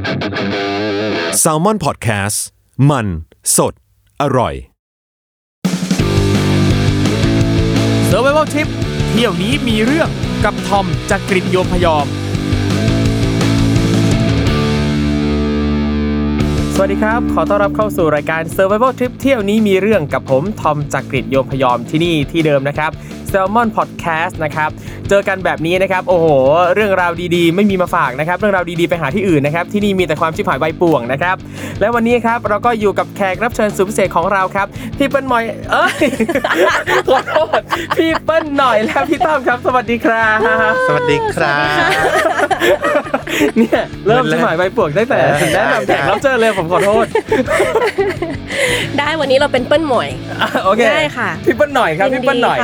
Salmon Podcast มันสดอร่อย Survival Trip เที่ยวนี้มีเรื่องกับทอมจากกฤษโยมพยอมสวัสดีครับขอต้อนรับเข้าสู่รายการ Survival Trip เที่ยวนี้มีเรื่องกับผมทอมจากกฤษโยมพยอมที่นี่ที่เดิมนะครับ Salmon Podcast นะครับเจอกันแบบนี้นะครับโอ้โหเรื่องราวดีๆไม่มีมาฝากนะครับเรื่องราวดีๆไปหาที่อื่นนะครับที่นี่มีแต่ความชิบหายใบป่วงนะครับและวันนี้ครับเราก็อยู่กับแขกรับเชิญสุดพิเศษของเราครับพี่เปิ้ลหน่อยขอโทษพี่เปิ้ลหน่อยและพี่ต้อมครับสวัสดีครับสวัสดีครับเนี่ยเริ่มชิบหายใบป่วงตั้งแต่แนะนำแขกรับเชิญเลยผมขอโทษได้วันนี้เราเป็นเปิ้ลหมอยโอเคได้ค่ะพี่เปิ้ลหน่อยครับพี่เปิ้ลหน่อย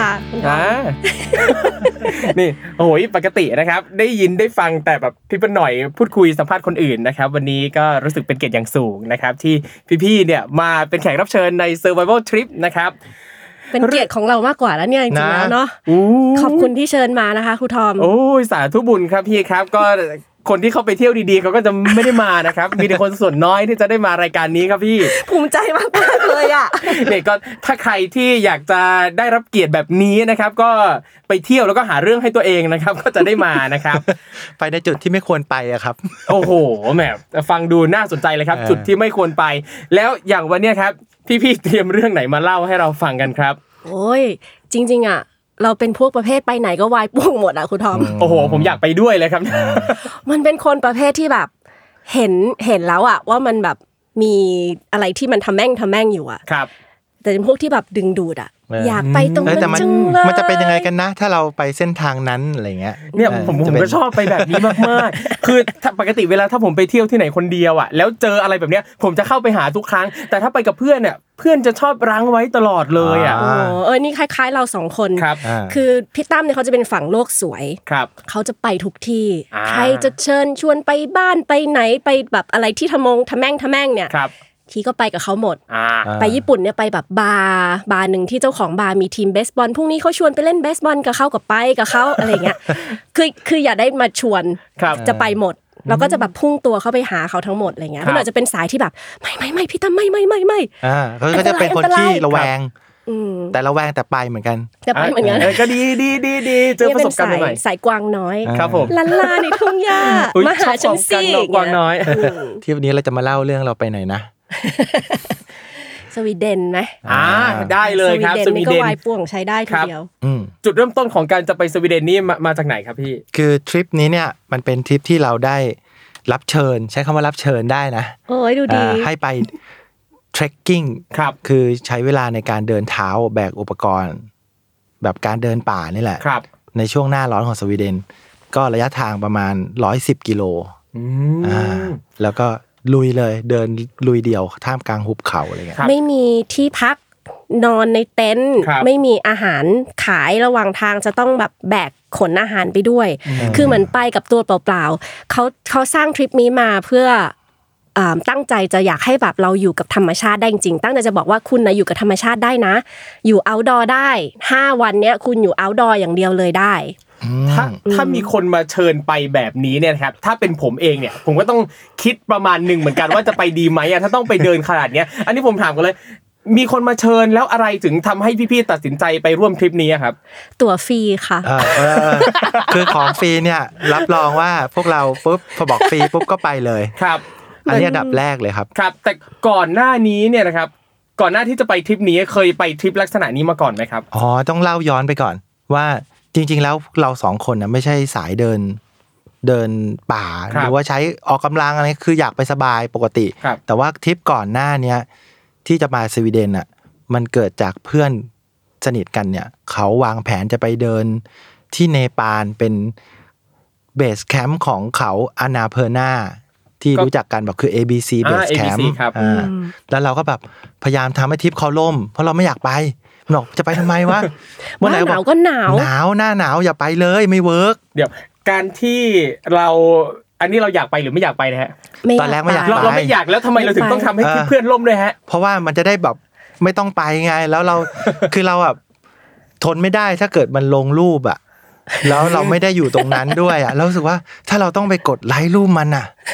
นี่โอ้โหปกตินะครับได้ยินได้ฟังแต่แบบพี่เปิ้ลหน่อยพูดคุยสัมภาษณ์คนอื่นนะครับวันนี้ก็รู้สึกเป็นเกียรติอย่างสูงนะครับที่พี่ๆเนี่ยมาเป็นแขกรับเชิญใน Survival Trip นะครับเป็นเกียรติของเรามากกว่าแล้วเนี่ยจริงๆแล้วเนาะขอบคุณที่เชิญมานะคะครูทอมโอ้ยสาธุบุญครับพี่ครับก็คนที่เขาไปเที่ยวดีๆเขาก็จะไม่ได้มานะครับมีแต่คนส่วนน้อยที่จะได้มารายการนี้ครับพี่ภูมิใจมากๆเลยอ่ะเนี่ยก็ถ้าใครที่อยากจะได้รับเกียรติแบบนี้นะครับก็ไปเที่ยวแล้วก็หาเรื่องให้ตัวเองนะครับก็จะได้มานะครับไปในจุดที่ไม่ควรไปอะครับโอ้โหแหมฟังดูน่าสนใจเลยครับจุดที่ไม่ควรไปแล้วอย่างวันนี้ครับพี่ๆเตรียมเรื่องไหนมาเล่าให้เราฟังกันครับโอ้ยจริงๆอ่ะเราเป็นพวกประเภทไปไหนก็วายป่วงหมดอ่ะครูทอมโอ้โหผมอยากไปด้วยเลยครับมันเป็นคนประเภทที่แบบเห็นแล้วอ่ะว่ามันแบบมีอะไรที่มันทำแม่งอยู่อ่ะครับแต่เป็นพวกที่แบบดึงดูดอ่ะอยากไปตรงนั้นจังเลยมันจะเป็นยังไงกันนะถ้าเราไปเส้นทางนั้นอะไรเงี้ยเนี่ยผมก็ชอบไปแบบนี้มากๆคือปกติเวลาถ้าผมไปเที่ยวที่ไหนคนเดียวอ่ะแล้วเจออะไรแบบเนี้ยผมจะเข้าไปหาทุกครั้งแต่ถ้าไปกับเพื่อนเนี่ยเพื่อนจะชอบรั้งไว้ตลอดเลยอ่ะนี่คล้ายๆเรา2คนคือพี่ตั้มเนี่ยเขาจะเป็นฝั่งโลกสวยเขาจะไปทุกที่ใครจะเชิญชวนไปบ้านไปไหนไปแบบอะไรที่ทะแม่งเนี่ยทีก็ไปกับเขาหมดไปญี่ปุ่นเนี่ยไปแบบบาร์นึงที่เจ้าของบาร์มีทีมเบสบอลพรุ่งนี้เขาชวนไปเล่นเบสบอลกับเขากับไปกับเขาอะไรเงี้ยคืออย่าได้มาชวนจะไปหมดเราก็จะแบบพุ่งตัวเข้าไปหาเขาทั้งหมดอะไรเงี้ยพี่หน่อยจะเป็นสายที่แบบไม่พี่ตั้มไม่เขาจะเป็นคนที่ระแวงแต่ระแวงแต่ไปเหมือนกันก็ดีเจอประสบการณ์ใหม่สายกวางน้อยครับผมลันลาในทุ่งหญ้ามาหาฉันสิกวางน้อยที่วันนี้เราจะมาเล่าเรื่องเราไปไหนนะสวีเดนไหมได้เลยครับสวีเดนก็วายป่วงใช้ได้ทีเดียวจุดเริ่มต้นของการจะไปสวีเดนนี่มาจากไหนครับพี่คือทริปนี้เนี่ยมันเป็นทริปที่เราได้รับเชิญใช้คำว่ารับเชิญได้นะโอ้ยดูดีให้ไปเทรคกิ้งคือใช้เวลาในการเดินเท้าแบกอุปกรณ์แบบการเดินป่านี่แหละในช่วงหน้าร้อนของสวีเดนก็ระยะทางประมาณ110กิโลแล้วก็ลุยเลยเดินลุยเดี่ยวท่ามกลางหุบเขาอะไรเงี้ยไม่มีที่พักนอนในเต็นท์ไม่มีอาหารขายระหว่างทางจะต้องแบบแบกขนอาหารไปด้วยคือเหมือนไปกับตัวเปล่าๆเขาสร้างทริปนี้มาเพื่อตั้งใจจะอยากให้แบบเราอยู่กับธรรมชาติได้จริงตั้งใจจะบอกว่าคุณนะอยู่กับธรรมชาติได้นะอยู่เอาท์ดอร์ได้5วันเนี้ยคุณอยู่เอาท์ดอร์อย่างเดียวเลยได้ถ้ามีคนมาเชิญไปแบบนี้เนี่ยครับถ้าเป็นผมเองเนี่ยผมก็ต้องคิดประมาณนึงเหมือนกันว่าจะไปดีไหมถ้าต้องไปเดินขนาดเนี้ยอันนี้ผมถามกันเลยมีคนมาเชิญแล้วอะไรถึงทำให้พี่ๆตัดสินใจไปร่วมทริปนี้ครับตั๋วฟรีค่ะคือของฟรีเนี่ยรับรองว่าพวกเราปุ๊บพอบอกฟรีปุ๊บก็ไปเลยครับอันนี้อันดับแรกเลยครับครับแต่ก่อนหน้านี้เนี่ยนะครับก่อนหน้าที่จะไปทริปนี้เคยไปทริปลักษณะนี้มาก่อนไหมครับต้องเล่าย้อนไปก่อนว่าจริงๆแล้วเรา2คนนะไม่ใช่สายเดินป่าหรือว่าใช้ออกกำลังอะไรคืออยากไปสบายปกติแต่ว่าทริปก่อนหน้านี้ที่จะมาสวีเดนอ่ะมันเกิดจากเพื่อนสนิทกันเนี่ยเขาวางแผนจะไปเดินที่เนปาลเป็นเบสแคมป์ของเขาอานาเพอร์นาที่รู้จักกันแบบคือ ABC Base Camp แล้วเราก็แบบพยายามทำให้ทริปเขาล่มเพราะเราไม่อยากไปบอกจะไปทำไมวะเมื่อไหร่หนาวก็หนาวหน้าหนาวอย่าไปเลยไม่เวิร์กเดี๋ยวการที่เราอันนี้เราอยากไปหรือไม่อยากไปนะฮะตอนแรกไม่อยากไปเราไม่อยากแล้วทำไมเราถึงต้องทำให้เพื่อนล่มด้วยฮะเพราะว่ามันจะได้แบบไม่ต้องไปไงแล้วเรา คือเราแบบทนไม่ได้ถ้าเกิดมันลงรูปอะแล้วเราไม่ได้อยู่ตรงนั้นด้วยอะแล้วรู้สึกว่าถ้าเราต้องไปกดไลค์รูปมันอะ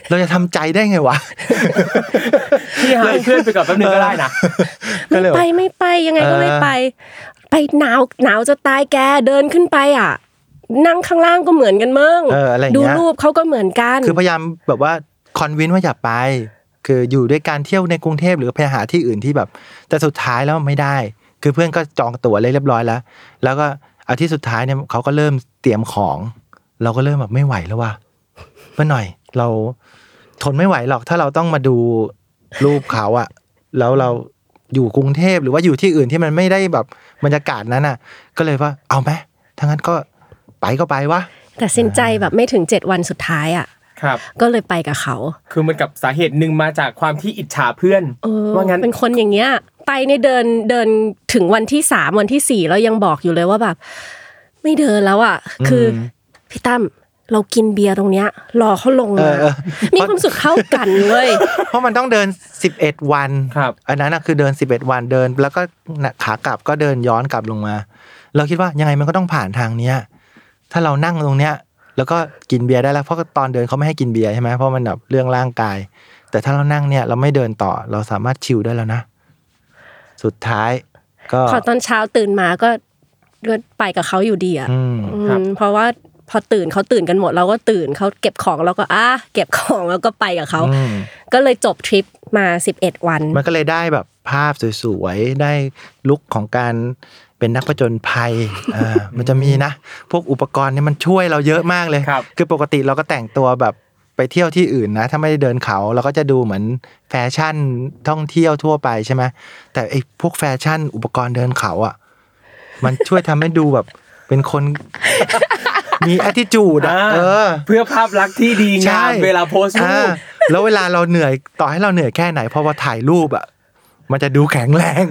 เราจะทำใจได้ไงวะพี่หาเพื่อนไปก่อนแป๊บนึงก็ได้นะไม่ไปยังไงก็ไม่ไปหนาวจะตายแกเดินขึ้นไปอ่ะนั่งข้างล่างก็เหมือนกันมึงดูรูปเขาก็เหมือนกันคือพยายามแบบว่าคอนวินว่าอย่าไปคืออยู่ด้วยการเที่ยวในกรุงเทพหรือไปหาที่อื่นที่แบบแต่สุดท้ายแล้วไม่ได้คือเพื่อนก็จองตั๋วเรียบร้อยแล้วก็อาทิตย์สุดท้ายเนี่ยเขาก็เริ่มเตรียมของเราก็เริ่มแบบไม่ไหวแล้วว่ะเมื่อหน่อยเราทนไม่ไหวหรอกถ้าเราต้องมาดูรูปเขาอะแล้วเราอยู่กรุงเทพหรือว่าอยู่ที่อื่นที่มันไม่ได้แบบบรรยากาศนั้นอะก็เลยว่าเอาไหมถ้างั้นก็ไปวะแต่สินใจแบบไม่ถึง7วันสุดท้ายอะก็เลยไปกับเขาคือมันกับสาเหตุหนึ่งมาจากความที่อิจฉาเพื่อนว่างั้นเป็นคนอย่างเงี้ยไปเนี่ยเดินถึงวันที่3วันที่4แล้วยังบอกอยู่เลยว่าแบบไม่เดินแล้วอ่ะคือพี่ตั้มเรากินเบียร์ตรงเนี้ยรอเขาลงมามีความสุขเท่ากันเว้ยเพราะมันต้องเดิน11วันอันนั้นคือเดิน11วันเดินแล้วก็ขากลับก็เดินย้อนกลับลงมาเราคิดว่ายังไงมันก็ต้องผ่านทางเนี้ยถ้าเรานั่งตรงเนี้ยแล้วก็กินเบียร์ได้แล้วเพราะตอนเดินเขาไม่ให้กินเบียร์ใช่ไหมเพราะมันแบบเรื่องร่างกายแต่ถ้าเรานั่งเนี่ยเราไม่เดินต่อเราสามารถชิลได้แล้วนะสุดท้ายก็พอตอนเช้าตื่นมาก็ไปกับเขาอยู่ดีอ่ะเพราะว่าพอตื่นเขาตื่นกันหมดเราก็ตื่นเขาเก็บของเราก็เก็บของแล้วก็ไปกับเขาก็เลยจบทริปมา11วันมันก็เลยได้แบบภาพสวยๆได้ลุคของการเป็นนักผจญภัยมันจะมีนะพวกอุปกรณ์นี่มันช่วยเราเยอะมากเลยคือปกติเราก็แต่งตัวแบบไปเที่ยวที่อื่นนะถ้าไม่ได้เดินเขาเราก็จะดูเหมือนแฟชั่นท่องเที่ยวทั่วไปใช่ไหมแต่ไอ้พวกแฟชั่นอุปกรณ์เดินเขาอ่ะมันช่วยทำให้ดูแบบเป็นคนมี attitude เพื่อภาพลักษณ์ที่ดีงามเวลาโพสต์รูปแล้วเวลาเราเหนื่อยต่อให้เราเหนื่อยแค่ไหนพอว่าถ่ายรูปอ่ะมันจะดูแข็งแรง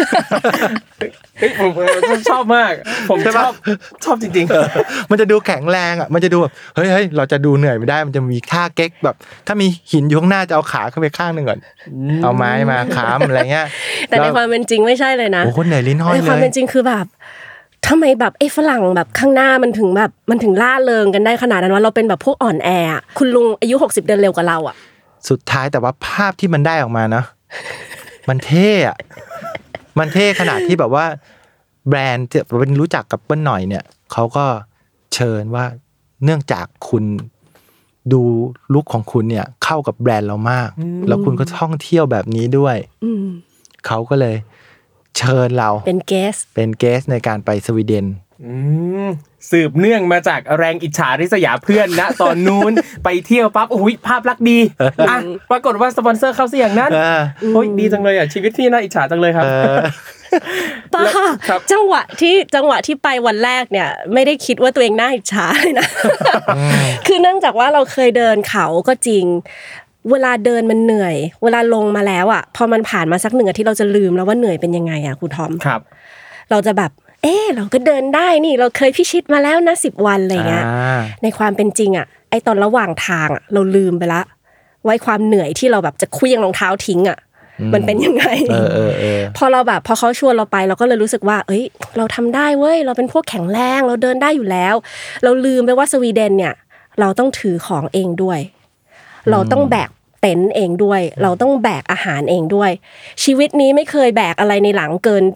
ผมชอบมากผมชอบจริงๆมันจะดูแข็งแรงอ่ะมันจะดูแบบเฮ้ยเราจะดูเหนื่อยไม่ได้มันจะมีท่าเก๊กแบบถ้ามีหินอยู่ข้างหน้าจะเอาขาขึ้นไปข้างนึงก่อนเอาไม้มาค้ำอะไรเงี้ยแต่ในความเป็นจริงไม่ใช่เลยนะโอ้คนเหนื่อยลิ้นห้อยเลยในความเป็นจริงคือแบบทำไมแบบไอ้ฝรั่งแบบข้างหน้ามันถึงล่าเริงกันได้ขนาดนั้นว่าเราเป็นแบบพวกอ่อนแอคุณลุงอายุ60เดือนเร็วกว่าเราอ่ะสุดท้ายแต่ว่าภาพที่มันได้ออกมานะมันเท่อะมันเท่ขนาดที่แบบว่าแบรนด์ที่เป็นรู้จักกับเปิ้ลหน่อยเนี่ยเขาก็เชิญว่าเนื่องจากคุณดูลุคของคุณเนี่ยเข้ากับแบรนด์เรามากแล้วคุณก็ท่องเที่ยวแบบนี้ด้วยเขาก็เลยเชิญเราเป็นเกสในการไปสวีเดนสืบเนื่องมาจากแรงอิจฉาริษยาเพื่อนนะตอนนู้นไปเที่ยวปั๊บโอ้ยภาพลักษณ์ดีปรากฏว่าสปอนเซอร์เข้าเสียงนั้นโอ้ยดีจังเลยชีวิตที่น่าอิจฉาจังเลยครับป้าจังหวะที่ไปวันแรกเนี่ยไม่ได้คิดว่าตัวเองน่าอิจฉาเลยนะคือเนื่องจากว่าเราเคยเดินเขาก็จริงเวลาเดินมันเหนื่อยเวลาลงมาแล้วพอมันผ่านมาสัก1 อาทิตย์เราจะลืมแล้วว่าเหนื่อยเป็นยังไงครูทอมครับเราจะแบบเราก็เดินได้นี่เราเคยพิชิตมาแล้วนะ10 วันอะไรเงี้ยในความเป็นจริงไอ้ตอนระหว่างทางเราลืมไปละไว้ความเหนื่อยที่เราแบบจะเคลื่อนรองเท้าทิ้งมันเป็นยังไงพอเขาชวนเราไปเราก็เลยรู้สึกว่าเราทำได้เว้ยเราเป็นพวกแข็งแรงเราเดินได้อยู่แล้วเราลืมไปว่าสวีเดนเนี่ยเราต้องถือของเองด้วยเราต้องแบกเต็นท์เองด้วยเราต้องแบกอาหารเองด้วยชีวิตนี้ไม่เคยแบกอะไรในหลังเกิน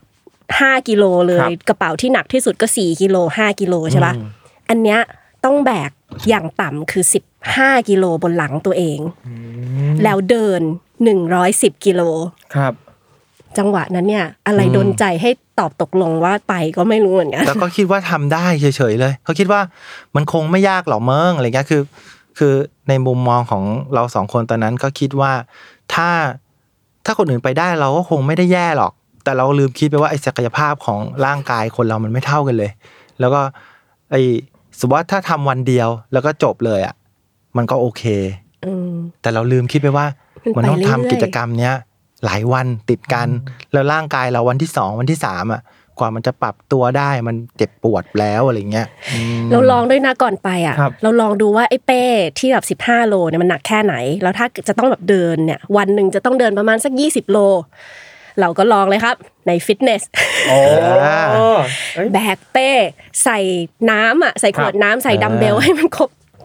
5 กิโลเลยกระเป๋าที่หนักที่สุดก็4 กิโล5 กิโลใช่ป่ะอันเนี้ยต้องแบกอย่างต่ำคือ15 กิโลบนหลังตัวเองแล้วเดิน110 กิโลครับจังหวะนั้นเนี่ยอะไรดลใจให้ตอบตกลงว่าไปก็ไม่รู้เหมือนกันแล้วก็คิดว่าทำได้เฉยๆเลยเขาคิดว่ามันคงไม่ยากหรอกเมืองอะไรเงี้ยคือในมุมมองของเรา2 คนตอนนั้นก็คิดว่าถ้าคนอื่นไปได้เราก็คงไม่ได้แย่หรอกแต่เราลืมคิดไปว่าไอ้ศักยภาพของร่างกายคนเรามันไม่เท่ากันเลยแล้วก็สมมติว่าถ้าทำวันเดียวแล้วก็จบเลยมันก็โอเคแต่เราลืมคิดไปว่ามันต้องทำกิจกรรมเนี้ยหลายวันติดกันแล้วร่างกายเราวันที่2วันที่3กว่ามันจะปรับตัวได้มันเจ็บปวดแล้วอะไรเงี้ยเราลองด้วยนะก่อนไปเราลองดูว่าไอ้เป้ที่แบบ15 โลเนี่ยมันหนักแค่ไหนแล้วถ้าจะต้องแบบเดินเนี่ยวันนึงจะต้องเดินประมาณสัก20 โลเราก็ลองเลยครับในฟิตเนสแบกเป้ใส่น้ำใส่ขวดน้ำใส่ดัมเบลให้มันครบ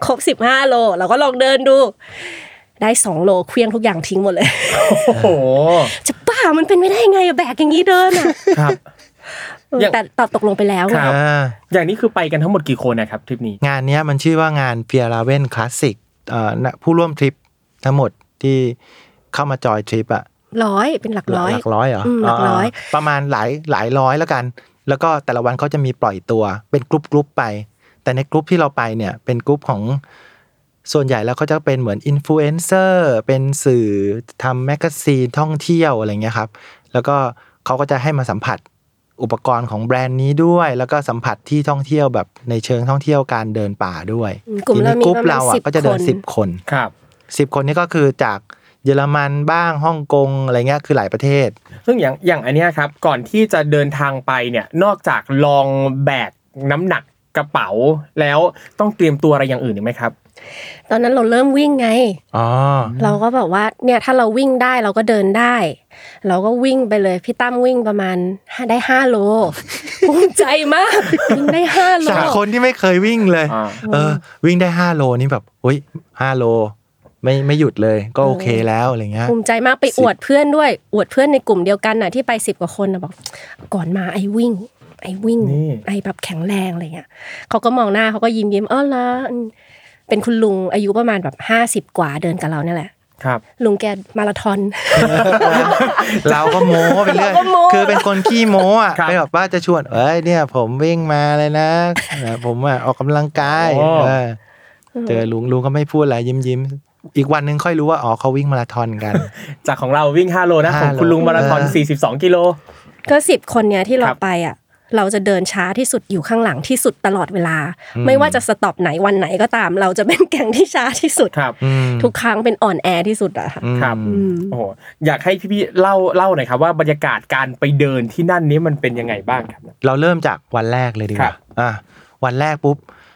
ครบ15โลเราก็ลองเดินดูได้2โลเคลี้ยงทุกอย่างทิ้งหมดเลยโอ้โหจะบ้ามันเป็นไม่ได้ไงแบกอย่างนี้เดินอ่ะครับแต่ตกลงไปแล้วครับอย่างนี้คือไปกันทั้งหมดกี่คนนะครับทริปนี้งานนี้มันชื่อว่างาน Fjällräven Classic ผู้ร่วมทริปทั้งหมดที่เข้ามาจอยทริปอ่ะ 100เป็นหลักร้อยเหรอหลักร้อยประมาณหลายร้อยแล้วกันแล้วก็แต่ละวันเขาจะมีปล่อยตัวเป็นกรุ๊ปไปแต่ในกรุ๊ปที่เราไปเนี่ยเป็นกรุ๊ปของส่วนใหญ่แล้วเขาจะเป็นเหมือนอินฟลูเอนเซอร์เป็นสื่อทำแมกกาซีนท่องเที่ยวอะไรเงี้ยครับแล้วก็เขาก็จะให้มาสัมผัสอุปกรณ์ของแบรนด์นี้ด้วยแล้วก็สัมผัสที่ท่องเที่ยวแบบในเชิงท่องเที่ยวการเดินป่าด้วยทีนี้กรุ๊ปเราอ่ะก็จะเดิน10คนครับ 10คนนี้ก็คือจากเยอรมันบ้างฮ่องกงอะไรเงี้ยคือหลายประเทศซึ่งอย่างอันเนี้ยครับก่อนที่จะเดินทางไปเนี่ยนอกจากลองแบกน้ำหนักกระเป๋าแล้วต้องเตรียมตัวอะไรอย่างอื่นอีกไหมครับตอนนั้นเราเริ่มวิ่งไงเราก็แบบว่าเนี่ยถ้าเราวิ่งได้เราก็เดินได้เราก็วิ่งไปเลยพี่ตั้มวิ่งประมาณได้5โลภูมิใจมากวิ่งได้5โลจากคนที่ไม่เคยวิ่งเลยวิ่งได้5โลนี่แบบอุ๊ย5โลไม่หยุดเลยก็โอเคแล้วอะไรเงี้ยภูมิใจมากไปอวดเพื่อนด้วยอวดเพื่อนในกลุ่มเดียวกันน่ะที่ไป10กว่าคนน่ะบอกก่อนมาไอ้วิ่งไอ้แบบแข็งแรงอะไรเงี้ยเขาก็มองหน้าเขาก็ยิ้มล่ะเป็นคุณลุงอายุประมาณแบบ50กว่าเดินกับเราเนี่ยแหละครับลุงแกมาราธอนเราก็โม้ไปเรื่อยคือเป็นคนขี้โม้อ่ะไปแบบว่าจะชวนเนี่ยผมวิ่งมาเลยนะผมออกกำลังกายเจอลุงก็ไม่พูดอะไรยิ้มอีกวันนึงค่อยรู้ว่าเขาวิ่งมาราธอนกันจากของเราวิ่ง5โลนะของคุณลุงมาราธอน42กิโลก็10คนเนี้ยที่เราไปอ่ะเราจะเดินช้าที่สุดอยู่ข้างหลังที่สุดตลอดเวลาไม่ว่าจะสต็อปไหนวันไหนก็ตามเราจะเป็นแก๊งที่ช้าที่สุดทุกครั้งเป็นอ่อนแอที่สุดอะค่ะครับโอ้โหอยากให้พี่ๆเล่าหน่อยครับว่าบรรยากาศการไปเดินที่นั่นนี้มันเป็นยังไงบ้างครับเราเริ่มจากวันแรกเลยดีกว่าวันแรกปุ๊บ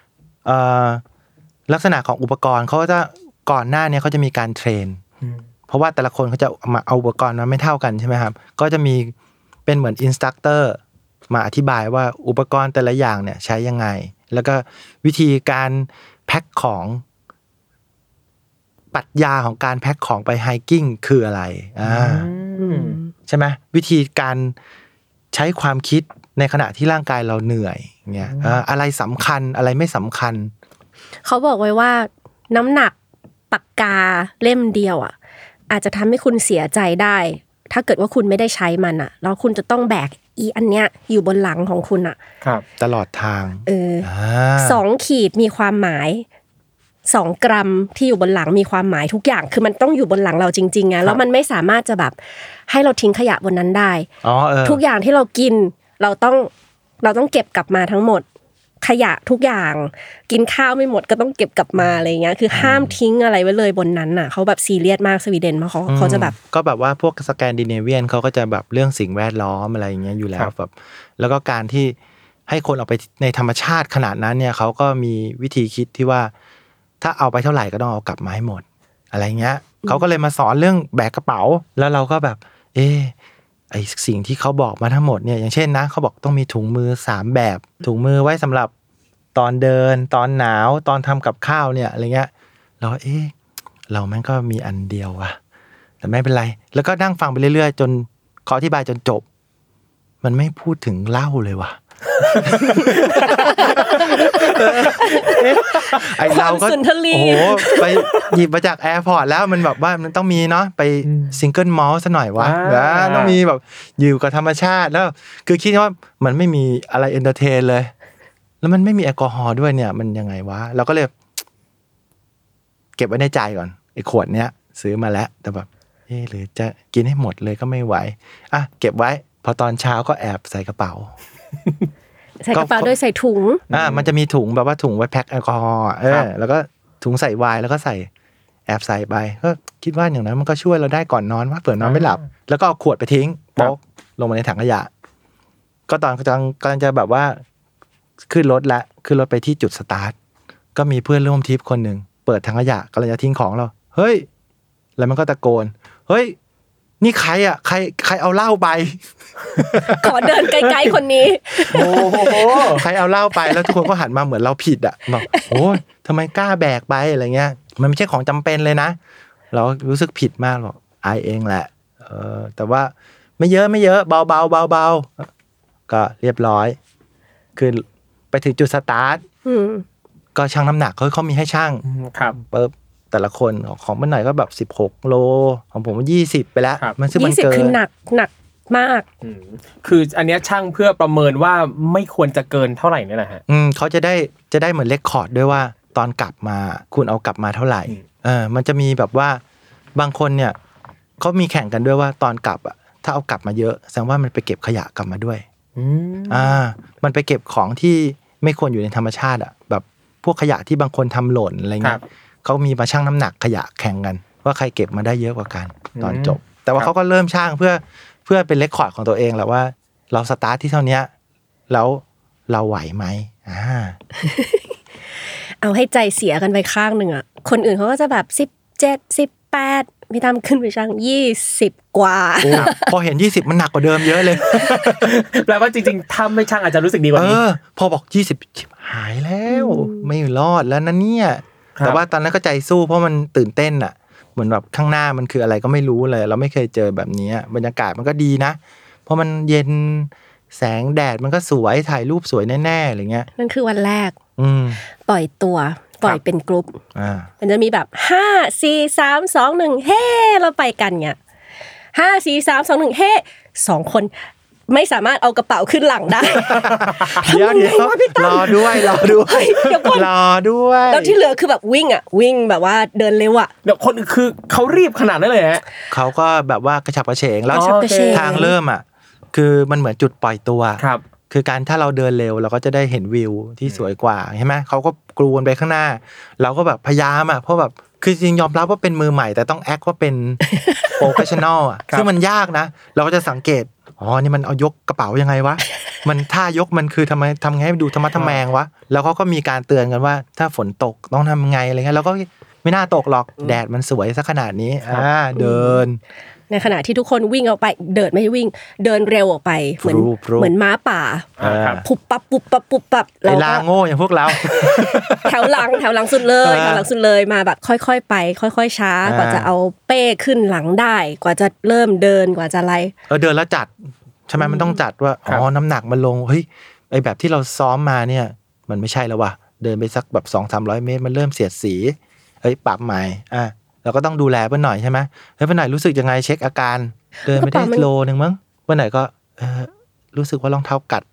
ลักษณะของอุปกรณ์เขาจะก่อนหน้านี้เขาจะมีการเทรนเพราะว่าแต่ละคนเขาจะมาเอาอุปกรณ์มาไม่เท่ากันใช่ไหมครับก็จะมีเป็นเหมือนอินสตรัคเตอร์มาอธิบายว่าอุปกรณ์แต่ละอย่างเนี่ยใช้ยังไงแล้วก็วิธีการแพ็คของปรัชญาของการแพ็คของไปไฮกิ้งคืออะไรใช่ไหมวิธีการใช้ความคิดในขณะที่ร่างกายเราเหนื่อยเงี้ยอะไรสำคัญอะไรไม่สำคัญเขาบอกไว้ว่าน้ำหนักปากกาเล่มเดียวอ่ะอาจจะทำให้คุณเสียใจได้ถ้าเกิดว่าคุณไม่ได้ใช้มันอ่ะแล้วคุณจะต้องแบกอันเนี้ยอยู่บนหลังของคุณอ่ะครับตลอดทาง 2 ขีดมีความหมาย2 กรัมที่อยู่บนหลังมีความหมายทุกอย่างคือมันต้องอยู่บนหลังเราจริงๆไงแล้วมันไม่สามารถจะแบบให้เราทิ้งขยะบนนั้นได้ทุกอย่างที่เรากินเราต้องเก็บกลับมาทั้งหมดขยะทุกอย่างกินข้าวไม่หมดก็ต้องเก็บกลับมาอะไรเงี้ยคือห้ามทิ้งอะไรไว้เลยบนนั้นน่ะเขาแบบซีเรียสมากสวีเดนมาเขาจะแบบก็แบบว่าพวกสแกนดิเนเวียนเขาก็จะแบบเรื่องสิ่งแวดล้อมอะไรอย่างเงี้ยอยู่แล้วแบบแล้วก็การที่ให้คนออกไปในธรรมชาติขนาดนั้นเนี่ยเขาก็มีวิธีคิดที่ว่าถ้าเอาไปเท่าไหร่ก็ต้องเอากลับมาให้หมดอะไรเงี้ยเขาก็เลยมาสอนเรื่องแบกกระเป๋าแล้วเราก็แบบไอสิ่งที่เขาบอกมาทั้งหมดเนี่ยอย่างเช่นนะเขาบอกต้องมีถุงมือ3แบบถุงมือไว้สำหรับตอนเดินตอนหนาวตอนทำกับข้าวเนี่ยอะไรเงี้ยเราเราแม่งก็มีอันเดียวว่ะแต่ไม่เป็นไรแล้วก็นั่งฟังไปเรื่อยๆจนเขาอธิบายจนจบมันไม่พูดถึงเหล้าเลยว่ะ ไอเราก็โอ้โหไปหยิบมาจากแอร์พอร์ตแล้วมันแบบว่ามันต้องมีเนาะไปซิงเกิลมอลต์ซะหน่อยวะต้องมีแบบอยู่กับธรรมชาติแล้วคือคิดว่ามันไม่มีอะไรเอนเตอร์เทนเลยแล้วมันไม่มีแอลกอฮอล์ด้วยเนี่ยมันยังไงวะเราก็เลยเก็บไว้ในใจก่อนไอขวดเนี้ยซื้อมาแล้วแต่แบบหรือจะกินให้หมดเลยก็ไม่ไหวเก็บไว้พอตอนเช้าก็แอบใส่กระเป๋าใส่กระเป๋าโดยใส่ถุงมันจะมีถุงแบบว่าถุงไว้แพ็คแอลกอฮอล์แล้วก็ถุงใส่ไวน์แล้วก็ใส่แอบใส่ไปก็คิดว่าอย่างนั้นมันก็ช่วยเราได้ก่อนนอนว่าเผื่อนอนไม่หลับแล้วก็เอาขวดไปทิ้งโป๊กลงมาในถังขยะก็ตอนกำลังจะแบบว่าขึ้นรถไปที่จุดสตาร์ทก็มีเพื่อนร่วมทริปคนหนึ่งเปิดถังขยะกำลังจะทิ้งของเราเฮ้ยแล้วมันก็ตะโกนเฮ้ยนี่ใครอ่ะใครเอาเหล้าไปขอเดินไกลๆคนนี้โอ้โหใครเอาเหล้าไปแล้วทุกคนก็หันมาเหมือนเราผิดอ่ะบอกโอ้ยทำไมกล้าแบกไปอะไรเงี้ยมันไม่ใช่ของจำเป็นเลยนะเรารู้สึกผิดมากหรอกอายเองแหละแต่ว่าไม่เยอะเบาก็เรียบร้อยคือไปถึงจุดสตาร์ทก็ชั่งน้ำหนักเขามีให้ชั่งครับปึ๊บแต่ละคนของมันหน่อยก็แบบ16โลของผม20ไปแล้วมันซึ่งมันเกิน20คือหนักมากคืออันเนี้ยช่างเพื่อประเมินว่าไม่ควรจะเกินเท่าไหร่นี่แหละฮะเขาจะได้เหมือนเรคคอร์ดด้วยว่าตอนกลับมาคุณเอากลับมาเท่าไหร่มันจะมีแบบว่าบางคนเนี่ยเขามีแข่งกันด้วยว่าตอนกลับอ่ะถ้าเอากลับมาเยอะแสดงว่ามันไปเก็บขยะกลับมาด้วยมันไปเก็บของที่ไม่ควรอยู่ในธรรมชาติอ่ะแบบพวกขยะที่บางคนทำหล่นอะไรเงี้ยเขามีมาชั่งน้ำหนักขยะแข่งกันว่าใครเก็บมาได้เยอะกว่ากันตอนจบแต่ว่าเขาก็เริ่มชั่งเพื่อเป็นเรคคอร์ดของตัวเองแหละว่าเราสตาร์ทที่เท่านี้แล้วเราไหวไหมเอาให้ใจเสียกันไปข้างหนึ่งอ่ะคนอื่นเขาก็จะแบบ17 18พี่ตั้มขึ้นไปชั่ง20กว่าพอเห็น20มันหนักกว่าเดิมเยอะเลยแปลว่าจริงๆถ้าไม่ชั่งอาจจะรู้สึกดีกว่านี้พอบอก20หายแล้วไม่รอดแล้วนะเนี่ยแต่ว่าตอนนั้นก็ใจสู้เพราะมันตื่นเต้นอ่ะเหมือนแบบข้างหน้ามันคืออะไรก็ไม่รู้เลยเราไม่เคยเจอแบบนี้บรรยากาศมันก็ดีนะเพราะมันเย็นแสงแดดมันก็สวยถ่ายรูปสวยแน่ๆอะไรเงี้ยนั่นคือวันแรกปล่อยเป็นกรุ๊ปมันจะมีแบบ5 4 3 2 1เฮ้เราไปกันเงี้ย5 4 3 2 1เฮ้2คนไม่สามารถเอากระเป๋าขึ้นหลังได้เดี๋ยวรอด้วยแล้วที่เหลือคือแบบวิ่งแบบว่าเดินเร็วอ่ะเดี๋ยวคนคือเขารีบขนาดนั้นเลยฮะเขาก็แบบว่ากระฉับกระเฉงแล้วทางเริ่มอ่ะคือมันเหมือนจุดปล่อยตัวคือการถ้าเราเดินเร็วเราก็จะได้เห็นวิวที่สวยกว่าใช่ไหมเขาก็กรูนไปข้างหน้าเราก็แบบพยายามอ่ะเพราะแบบคือจริงยอมรับว่าเป็นมือใหม่แต่ต้องแอคว่าเป็นโปรเฟชชั่นอลอ่ะซึ่งมันยากนะเราก็จะสังเกตนี่มันเอายกกระเป๋ายังไงวะมันท่ายกมันคือทำไงให้ดูธรรมะทแมงวะแล้วเขาก็มีการเตือนกันว่าถ้าฝนตกต้องทำไงอะไรเงี้ยแล้วก็ไม่น่าตกหรอกแดดมันสวยซะขนาดนี้เดินในขณะที่ทุกคนวิ่งออกไปเดินไม่วิ่งเดินเร็วออกไปเหมือนม้าป่าปุบปับแล้วก็โง่อย่างพวกเราแถวหลังสุดเลยมาแบบค่อยๆไปค่อยๆช้ากว่าจะเอาเป้ขึ้นหลังได้กว่าจะเริ่มเดินกว่าจะอะไรเดินแล้วจัดใช่ไหมมันต้องจัดว่าน้ำหนักมันลงเฮ้ยไอแบบที่เราซ้อมมาเนี่ยมันไม่ใช่แล้วว่ะเดินไปสักแบบ 2-300 เมตรมันเริ่มเสียดสีปรับใหม่เราก็ต้องดูแลเพื่อนหน่อยใช่ไหมเพื่อนหน่อยรู้สึกยังไงเช็คอาการเดินไปได้โลนึงมั้งเพื่อนหน่อยก็รู้สึกว่ารองเท้ากัด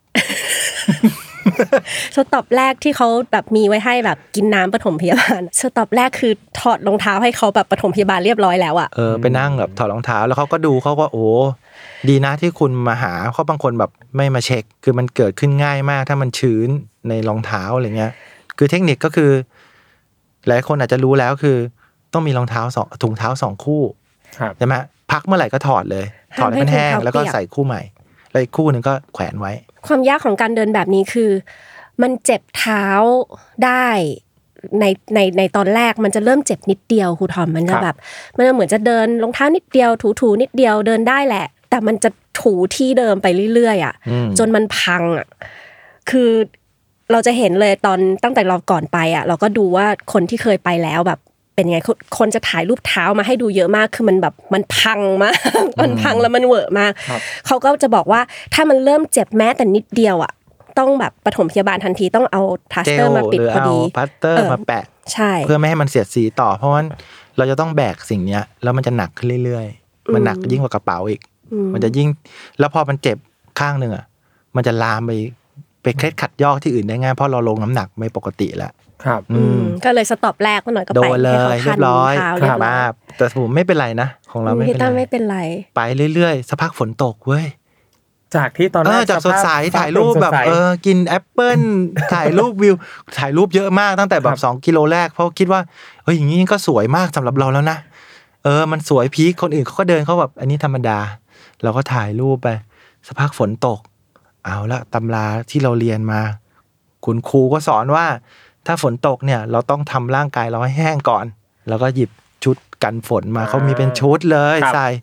สต็อปแรกที่เขาแบบมีไว้ให้แบบกินน้ำปฐมพยาบาลสต็อปแรกคือถอดรองเท้าให้เขาแบบปฐมพยาบาลเรียบร้อยแล้วอ่ะไปนั่งแบบถอดรองเท้าแล้วเขาก็ดูเขาก็โอ้ดีนะที่คุณมาหาเขาบางคนแบบไม่มาเช็คคือมันเกิดขึ้นง่ายมากถ้ามันชื้นในรองเท้าอะไรเงี้ยคือเทคนิคก็คือหลายคนอาจจะรู้แล้วคือต้องมีรองเท้าถุงเท้า2คู่ใช่ไหมพักเมื่อไหร่ก็ถอดเลยถอดให้มันแห้งแล้วก็ใส่คู่ใหม่แล้วอีกคู่นึงก็แขวนไว้ความยากของการเดินแบบนี้คือมันเจ็บเท้าได้ในตอนแรกมันจะเริ่มเจ็บนิดเดียวครูทอมมันจะแบบมันเหมือนจะเดินรองเท้านิดเดียวถูนิดเดียวเดินได้แหละแต่มันจะถูที่เดิมไปเรื่อยๆอ่ะจนมันพังอ่ะคือเราจะเห็นเลยตั้งแต่เราก่อนไปอ่ะเราก็ดูว่าคนที่เคยไปแล้วแบบเป็นไงคนจะถ่ายรูปเท้ามาให้ดูเยอะมากคือมันแบบมันพังมากมันพังแล้วมันเวอะมากเขาก็จะบอกว่าถ้ามันเริ่มเจ็บแม้แต่นิดเดียวอ่ะต้องแบบปฐมพยาบาลทันทีต้องเอาพลาสเตอร์มาปิดพอดีพลาสเตอร์มาแปะใช่เพื่อไม่ให้มันเสียดสีต่อเพราะว่าเราจะต้องแบกสิ่งนี้แล้วมันจะหนักขึ้นเรื่อยๆมันหนักยิ่งกว่ากระเป๋าอีกมันจะยิ่งแล้วพอมันเจ็บข้างนึงอ่ะมันจะลามไปเคล็ดขัดยอกที่อื่นได้ง่ายเพราะเราลงน้ำหนักไม่ปกติแล้วครับก็เลยสต็อปแรกหน่อยก็ไปให้เขาคันเท้าเรียบร้อยแต่ผมไม่เป็นไรนะของเราไม่เป็นไรไปเรื่อยๆสักพักฝนตกเว้ยจากที่ตอนแรกจากสดใสถ่ายรูปแบบกินแอปเปิ้ลถ่ายรูปวิวถ่ายรูปเยอะมากตั้งแต่แบบ2กิโลแรกเพราะคิดว่าอย่างนี้ก็สวยมากสำหรับเราแล้วนะมันสวยพีคคนอื่นเขาก็เดินเขาแบบอันนี้ธรรมดาเราก็ถ่ายรูปไปสักพักฝนตกเอาละตำราที่เราเรียนมาคุณครูก็สอนว่าถ้าฝนตกเนี่ยเราต้องทำร่างกายเราให้แห้งก่อนแล้วก็หยิบชุดกันฝนมาเขามีเป็นชุดเลยใส่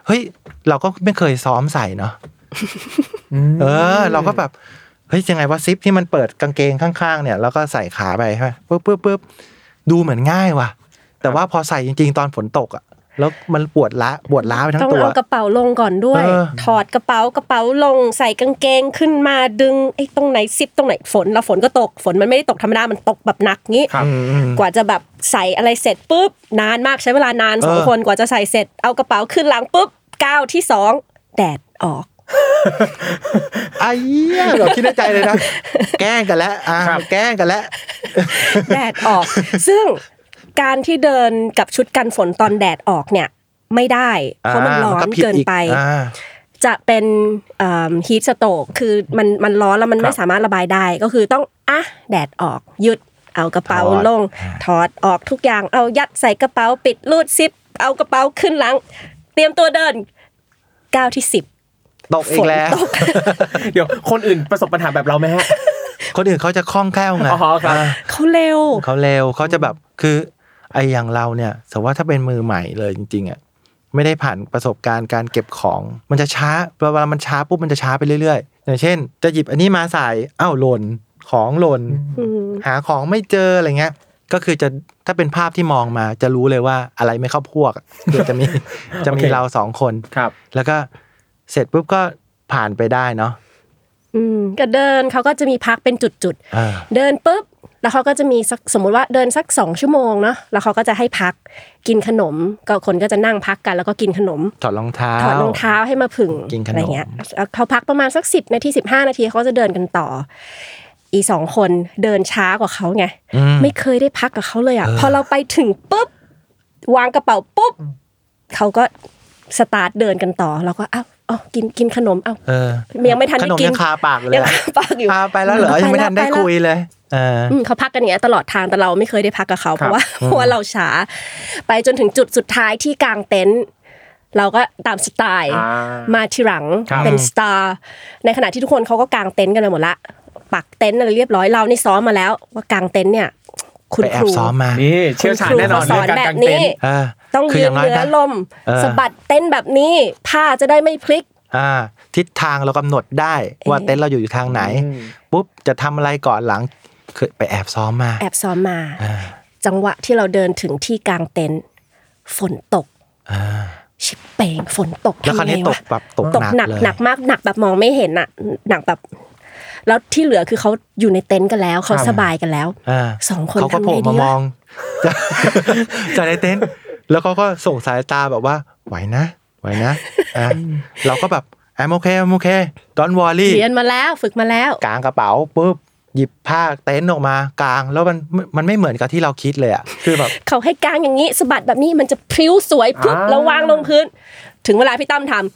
เฮ้ยเราก็ไม่เคยซ้อมใส่เนาะเราก็แบบเฮ้ยยังไงว่าซิปที่มันเปิดกางเกงข้างๆเนี่ยแล้วก็ใส่ขาไปใช่ไหมปึ๊บดูเหมือนง่ายว่ะแต่ว่าพอใส่จริงๆตอนฝนตกอ่ะแล้วมันปวดล้าไปทั้งตัวต้องเอากระเป๋าลงก่อนด้วยถอดกระเป๋าลงใส่กางเกงขึ้นมาดึงไอ้ตรงไหนซิปตรงไหนฝนก็ตกฝนมันไม่ได้ตกธรรมดามันตกแบบหนักงี้กว่าจะแบบใส่อะไรเสร็จปุ๊บนานมากใช้เวลานาน2คนกว่าจะใส่เสร็จเอากระเป๋าขึ้นหลังปุ๊บก้าวที่2แดดออกไอ้เหี้ยเราคิดในใจเลยนะแกล้งกันแล้วแกล้งกันแล้วแดดออกซึ่งการที่เดินกับชุดกันฝนตอนแดดออกเนี่ยไม่ได้เพราะมันร้อนเกินไปจะเป็นฮีทสโตรกคือมันร้อนแล้วมันไม่สามารถระบายได้ก็คือต้องแดดออกหยุดเอากระเป๋าลงถอดออกทุกอย่างเอายัดใส่กระเป๋าปิดรูดซิปเอากระเป๋าขึ้นหลังเตรียมตัวเดินก้าวที่10 ตกอีกแล้วเดี๋ยวคนอื่นประสบปัญหาแบบเราไหมฮะคนอื่นเขาจะคล่องแคล่วไงเขาเร็วเขาจะแบบคือไอ้อย่างเราเนี่ยสมมติว่าถ้าเป็นมือใหม่เลยจริงๆอ่ะไม่ได้ผ่านประสบการณ์การเก็บของมันจะช้าเวลามันช้าปุ๊บมันจะช้าไปเรื่อยๆอย่างเช่นจะหยิบอันนี้มาใส่หล่นของหล่นหาของไม่เจออะไรเงี้ยก็คือจะถ้าเป็นภาพที่มองมาจะรู้เลยว่าอะไรไม่เข้าพวกคือจะมีเรา2คนแล้วก็เสร็จปุ๊บก็ผ่านไปได้เนาะก็เดินเขาก็จะมีพักเป็นจุดๆเดินปุ๊บแล้วเขาก็จะมีสมมุติว่าเดินสัก2ชั่วโมงเนาะแล้วเขาก็จะให้พักกินขนมก็คนก็จะนั่งพักกันแล้วก็กินขนมถอดรองเท้าให้มาผึ่งอะไรเงี้ยเขาพักประมาณสัก10นาที15นาทีเขาจะเดินกันต่ออี2คนเดินช้ากว่าเขาไงไม่เคยได้พักกับเขาเลยอ่ะพอเราไปถึงปุ๊บวางกระเป๋าปุ๊บเขาก็สตาร์ทเดินกันต่อเราก็กินขนมยังไม่ทันได้กินขนมยังคาปากเลยยังคาปากอยู่ไปแล้วเหรอยังไม่ทันได้คุยเลยเขาพักกันอย่างเงี้ยตลอดทางแต่เราไม่เคยได้พักกับเขาเพราะว่าเราช้าไปจนถึงจุดสุดท้ายที่กางเต็นท์เราก็ตามสไตล์มาทีหลังเป็นสตาร์ในขณะที่ทุกคนเขาก็กางเต็นท์กันหมดละปักเต็นท์อะไรเรียบร้อยเรานี่ซ้อมมาแล้วว่ากางเต็นท์เนี่ยคุณครูซ้อมมานี่เชี่ยวชาญแน่นอนเรื่องการกางเต็นท์ต้องยืนเหนือลมสะบัดเต็นท์แบบนี้ผ้าจะได้ไม่พลิกทิศทางเรากำหนดได้ว่าเต็นท์เราอยู่ทางไหนปุ๊บจะทำอะไรก่อนหลังเคยไปแอบซ้อมมาจังหวะที่เราเดินถึงที่กางเต็นท์ฝนตกชิบเป่งฝนตกแล้วคราวนี้ตกแบบตกหนักมากหนักแบบมองไม่เห็นอ่ะหนักแบบแล้วที่เหลือคือเขาอยู่ในเต็นท์กันแล้วเขาสบายกันแล้ว2คนเขาก็โผล่มามองจากในเต็นท์แล้วเขาก็ส่งสายตาแบบว่าไหวนะเราก็แบบI'm okay don't worry เรียนมาแล้วฝึกมาแล้วกางกระเป๋าปุ๊บหยิบผ้าเต็นท์ออกมากางแล้วมันไม่เหมือนกับที่เราคิดเลยอ่ะคือแบบเขาให้กางอย่างนี้สะบัดแบบนี้มันจะพริ้วสวยปุ๊บแล้ววางลงพื้นถึงเวลาพี่ตั้มทำ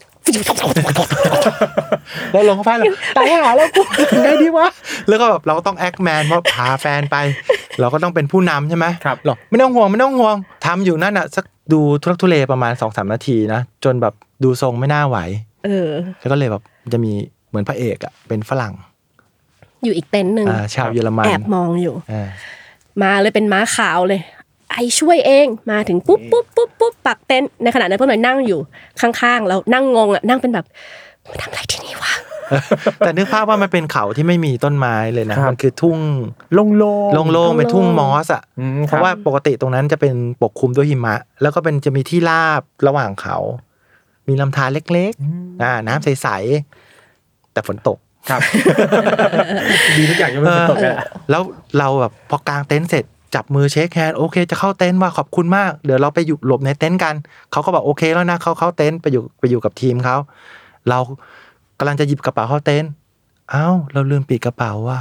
แล้วลงเข้าไปแล้วตายหาแล้วกูไงดีวะแล้วก็แบบเราก็ต้องแอคแมนเพราะพาแฟนไปเราก็ต้องเป็นผู้นำใช่ไหมหรอไม่ต้องห่วงทำอยู่นั่นอ่ะสักดูทุลักทุเลประมาณ 2-3 นาทีนะจนแบบดูทรงไม่น่าไหวแล้วก็เลยแบบจะมีเหมือนพระเอกอ่ะเป็นฝรั่งอยู่อีกเต็นท์นึงชาวเยอรมันแอบมองอยู่มาเลยเป็นม้าขาวเลยไอช่วยเองมาถึงปุ๊บปักเต็นท์ในขณะนั้นพ่อหน่อยนั่งอยู่ข้างๆแล้วนั่งงงอ่ะนั่งเป็นแบบมาทำอะไรที่นี่วะแต่นึกภาพว่ามันเป็นเขาที่ไม่มีต้นไม้เลยนะมันคือทุ่งโล่งเป็นทุ่งมอสอ่ะเพราะว่าปกติตรงนั้นจะเป็นปกคลุมด้วยหิมะแล้วก็เป็นจะมีที่ราบระหว่างเขามีลำธารเล็กๆน้ำใสๆแต่ฝนตกครับดีทุกอย่างยังไม่ฝนตกเลยแล้วเราแบบพอกางเต็นท์เสร็จจับมือเช็คแฮนด์โอเคจะเข้าเต็นท์ว่าขอบคุณมากเดี๋ยวเราไปอยู่หลบในเต็นท์กันเขาก็บอกโอเคแล้วนะเข้าเต็นท์ไปอยู่กับทีมเขาเรากำลังจะหยิบกระเป๋าเข้าเต็นท์เราลืมปิดกระเป๋าว่ะ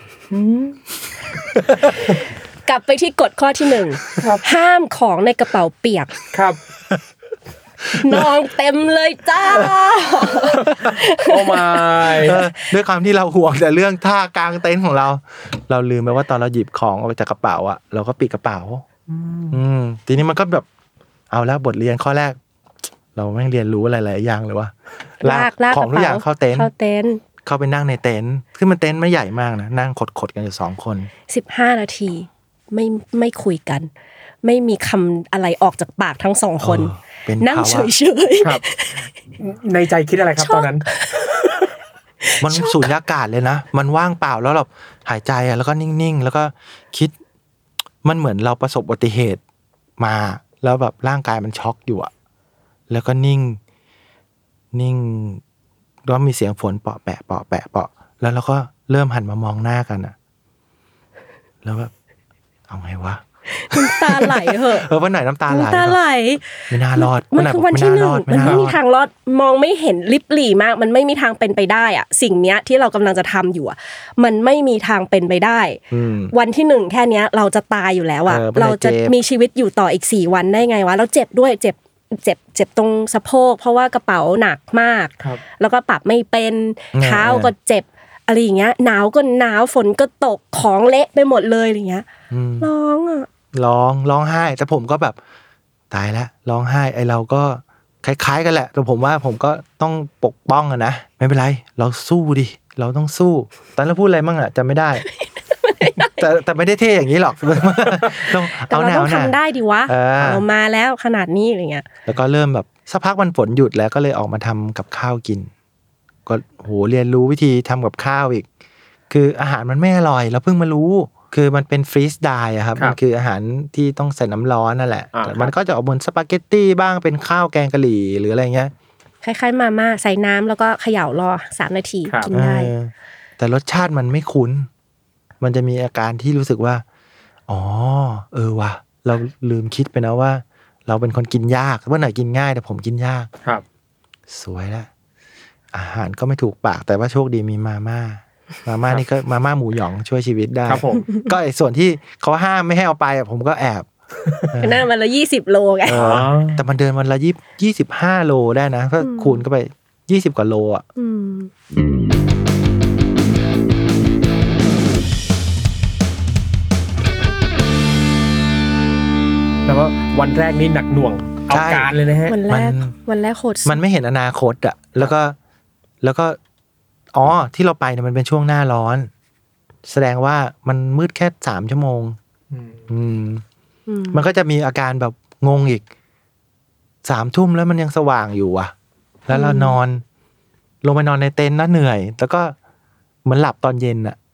กลับไปที่กฎข้อที่1ห้ามของในกระเป๋าเปียกครับนองเต็มเลยจ้าโอ้ไม่ด้วยความที่เราห่วงแต่เรื่องท่ากางเต็นท์ของเราลืมไปว่าตอนเราหยิบของออกจากกระเป๋าอ่ะเราก็ปิดกระเป๋าทีนี้มันก็แบบเอาแล้วบทเรียนข้อแรกเราแม่งเรียนรู้อะไรหลายอย่างเลยว่าลากของทุกอย่างเข้าเต็นท์เข้าไปนั่งในเต็นท์คือมันเต็นท์ไม่ใหญ่มากนะนั่งขดกันอยู่2คน 15นาทีไม่คุยกันไม่มีคำอะไรออกจากปากทั้งสองคนนั่งเฉยๆครับในใจคิดอะไรครับตอนนั้นมันสูญญากาศเลยนะมันว่างเปล่าแล้วเราหายใจแล้วก็นิ่งๆแล้วก็คิดมันเหมือนเราประสบอุบัติเหตุมาแล้วแบบร่างกายมันช็อกอยู่อะแล้วก็นิ่งแล้วมีเสียงฝนเปาะแปะเปาะแปะเปาะแล้วเราก็เริ่มหันมามองหน้ากันอะแล้วแบบเอาไงวะน้ำตาไหลเหอะวันไหนน้ำตาไหลไม่น่ารอดมันคือวันที่1มันไม่มีทางรอดมองไม่เห็นลิบหลี่มากมันไม่มีทางเป็นไปได้อะสิ่งเนี้ยที่เรากำลังจะทำอยู่อะมันไม่มีทางเป็นไปได้วันที่1แค่เนี้ยเราจะตายอยู่แล้วอะเราจะมีชีวิตอยู่ต่ออีก4วันได้ไงวะแล้วเจ็บด้วยเจ็บตรงสะโพกเพราะว่ากระเป๋าหนักมากแล้วก็ปรับไม่เป็นเท้าก็เจ็บอะไรอย่างเงี้ยหนาวก็หนาวฝนก็ตกของเละไปหมดเลยอะไรเงี้ยร้องไห้แต่ผมก็แบบตายแล้วร้องไห้ไอเราก็คล้ายๆกันแหละแต่ผมว่าผมก็ต้องปกป้องอะนะไม่เป็นไรเราสู้ดิเราต้องสู้ตอนนั้นพูดอะไรมั่งอะจำไม่ได้แต่ไม่ได้เท่อย่างนี้หรอกแต่เราต้องทำได้ดิวะเรามาแล้วขนาดนี้อะไรเงี้ยแล้วก็เริ่มแบบสักพักมันฝนหยุดแล้วก็เลยออกมาทำกับข้าวกินก็โหเรียนรู้วิธีทำกับข้าวอีกคืออาหารมันไม่อร่อยเราเพิ่งมารู้คือมันเป็นฟรีสไดร์ครับมันคืออาหารที่ต้องใส่น้ำร้อนนั่นแหละมันก็จะออกบนสปาเกตตี้บ้างเป็นข้าวแกงกะหรี่หรืออะไรเงี้ยคล้ายๆมาม่าใส่น้ำแล้วก็เขย่ารอ3 นาทีกินได้แต่รสชาติมันไม่คุ้นมันจะมีอาการที่รู้สึกว่าอ๋อว่ะเราลืมคิดไปนะว่าเราเป็นคนกินยากเมื่อไหร่กินง่ายแต่ผมกินยากครับสวยแล้วอาหารก็ไม่ถูกปากแต่ว่าโชคดีมีมาม่านี่ก็มาม่าหมูหยองช่วยชีวิตได้ครับผมก็ไอ้ส่วนที่เขาห้ามไม่ให้เอาไปผมก็แอบนั่นวันละ20 โลไงแต่มันเดินวันละ25 โลได้นะก็คูณก็ไป20 กว่าโลอ่ะแต่ว่าวันแรกนี่หนักหน่วงเอาการเลยนะฮะวันแรกโคตรมันไม่เห็นอนาคตอ่ะแล้วก็ที่เราไปเนี่ยมันเป็นช่วงหน้าร้อนแสดงว่ามันมืดแค่3 ชั่วโมงมันก็จะมีอาการแบบงงอีก3 ทุ่มแล้วมันยังสว่างอยู่อ่ะแล้วเรานอนลงไปนอนในเต็นท์นะเหนื่อยแล้วก็เหมือนหลับตอนเย็นอ่ะ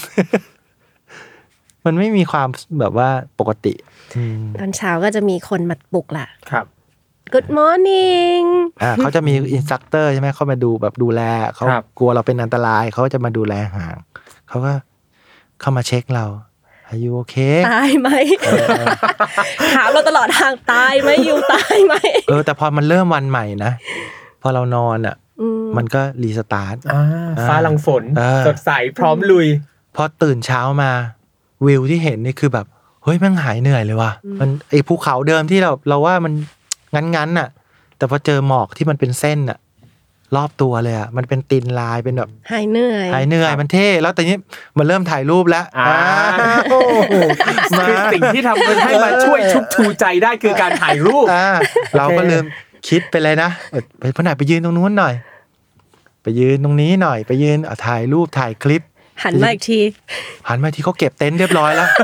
มันไม่มีความแบบว่าปกติตอนเช้าก็จะมีคนมาปลุกล่ะครับ Good morning เขาจะมีอินสตรัคเตอร์ใช่ไหมเขามาดูแบบดูแลเขากลัวเราเป็นอันตรายเขาจะมาดูแลห่างเขาก็เข้ามาเช็คเราอายุโอเคตายไหมถามเราตลอดทางตายไหมยูตายไหมแต่พอมันเริ่มวันใหม่นะพอเรานอนมันก็รีสตาร์ทฟ้าหลังฝนสดใสพร้อมลุยพอตื่นเช้ามาวิวที่เห็นนี่คือแบบเฮ้ยมันหายเหนื่อยเลยว่ะมันไอภูเขาเดิมที่เราว่ามันงั้นน่ะแต่พอเจอหมอกที่มันเป็นเส้นน่ะรอบตัวเลยอ่ะมันเป็นตีนลายเป็นแบบหายเหนื่อยมันเท่แล้วแต่นี้มันเริ่มถ่ายรูปแล้วคือสิ่งที่ทำให้มาช่วยชุบชูใจได้คือการถ่ายรูปเราก็ลืมคิดไปเลยนะไปพนักไปยืนตรงนู้นหน่อยไปยืนตรงนี้หน่อยไปยืนถ่ายรูปถ่ายคลิปหันมาอีกทีเขาเก็บเต็นท์เรียบร้อยแล้ว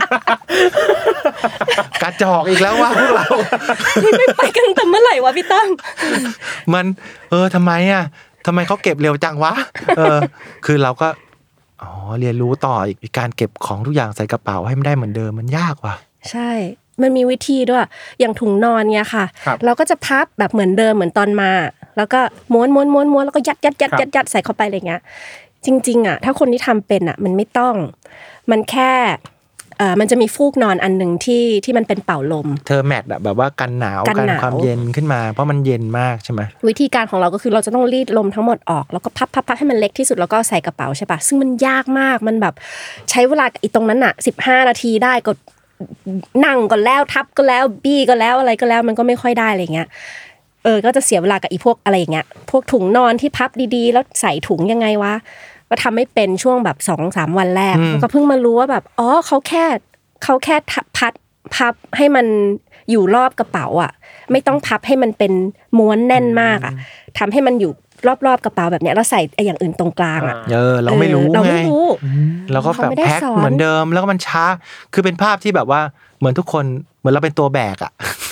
กระจอกอีกแล้วว่าพวกเราไม่ไปกันแต่เมื่อไหร่วะพี่ตั้มมันทำไมเขาเก็บเร็วจังวะคือเราก็เรียนรู้ต่ออีกการเก็บของทุกอย่างใส่กระเป๋าให้มันได้เหมือนเดิมมันยากว่ะใช่มันมีวิธีด้วยอย่างถุงนอนเนี่ยค่ะเราก็จะพับแบบเหมือนเดิมเหมือนตอนมาแล้วก็ม้วนแล้วก็ยัดใส่เข้าไปอะไรเงี้ยจริงๆอ่ะถ้าคนที่ทำเป็นอ่ะมันไม่ต้องมันแค่มันจะมีฟูกนอนอันนึงที่มันเป็นเป่าลมเทอร์แมทอ่ะแบบว่ากันหนาวกันความเย็นขึ้นมาเพราะมันเย็นมากใช่ไหมวิธีการของเราก็คือเราจะต้องรีดลมทั้งหมดออกแล้วก็พับให้มันเล็กที่สุดแล้วก็ใส่กระเป๋าใช่ปะซึ่งมันยากมากมันแบบใช้เวลาอีตรงนั้นอ่ะ15 นาทีได้ก็นั่งก็แล้วทับก็แล้วบี้ก็แล้วอะไรก็แล้วมันก็ไม่ค่อยได้อะไรเงี้ยก็จะเสียเวลากับอีพวกอะไรอย่างเงี้ยพวกถุงนอนที่พับดีๆแล้วใส่ถุงยังไงวะก็ทำไม่เป็นช่วงแบบ 2-3 วันแรกก็เพิ่งมารู้ว่าแบบเขาแค่พับให้มันอยู่รอบกระเป๋าอ่ะไม่ต้องพับให้มันเป็นม้วนแน่นมากอ่ะทำให้มันอยู่รอบๆกระเป๋าแบบเนี้ยแล้วใส่อย่างอื่นตรงกลางอ่ะเราไม่รู้ไงเราก็แบบแพ็คเหมือนเดิมแล้วก็มันช้าคือเป็นภาพที่แบบว่าเหมือนทุกคนเหมือนเราเป็นตัวแบกอ่ะ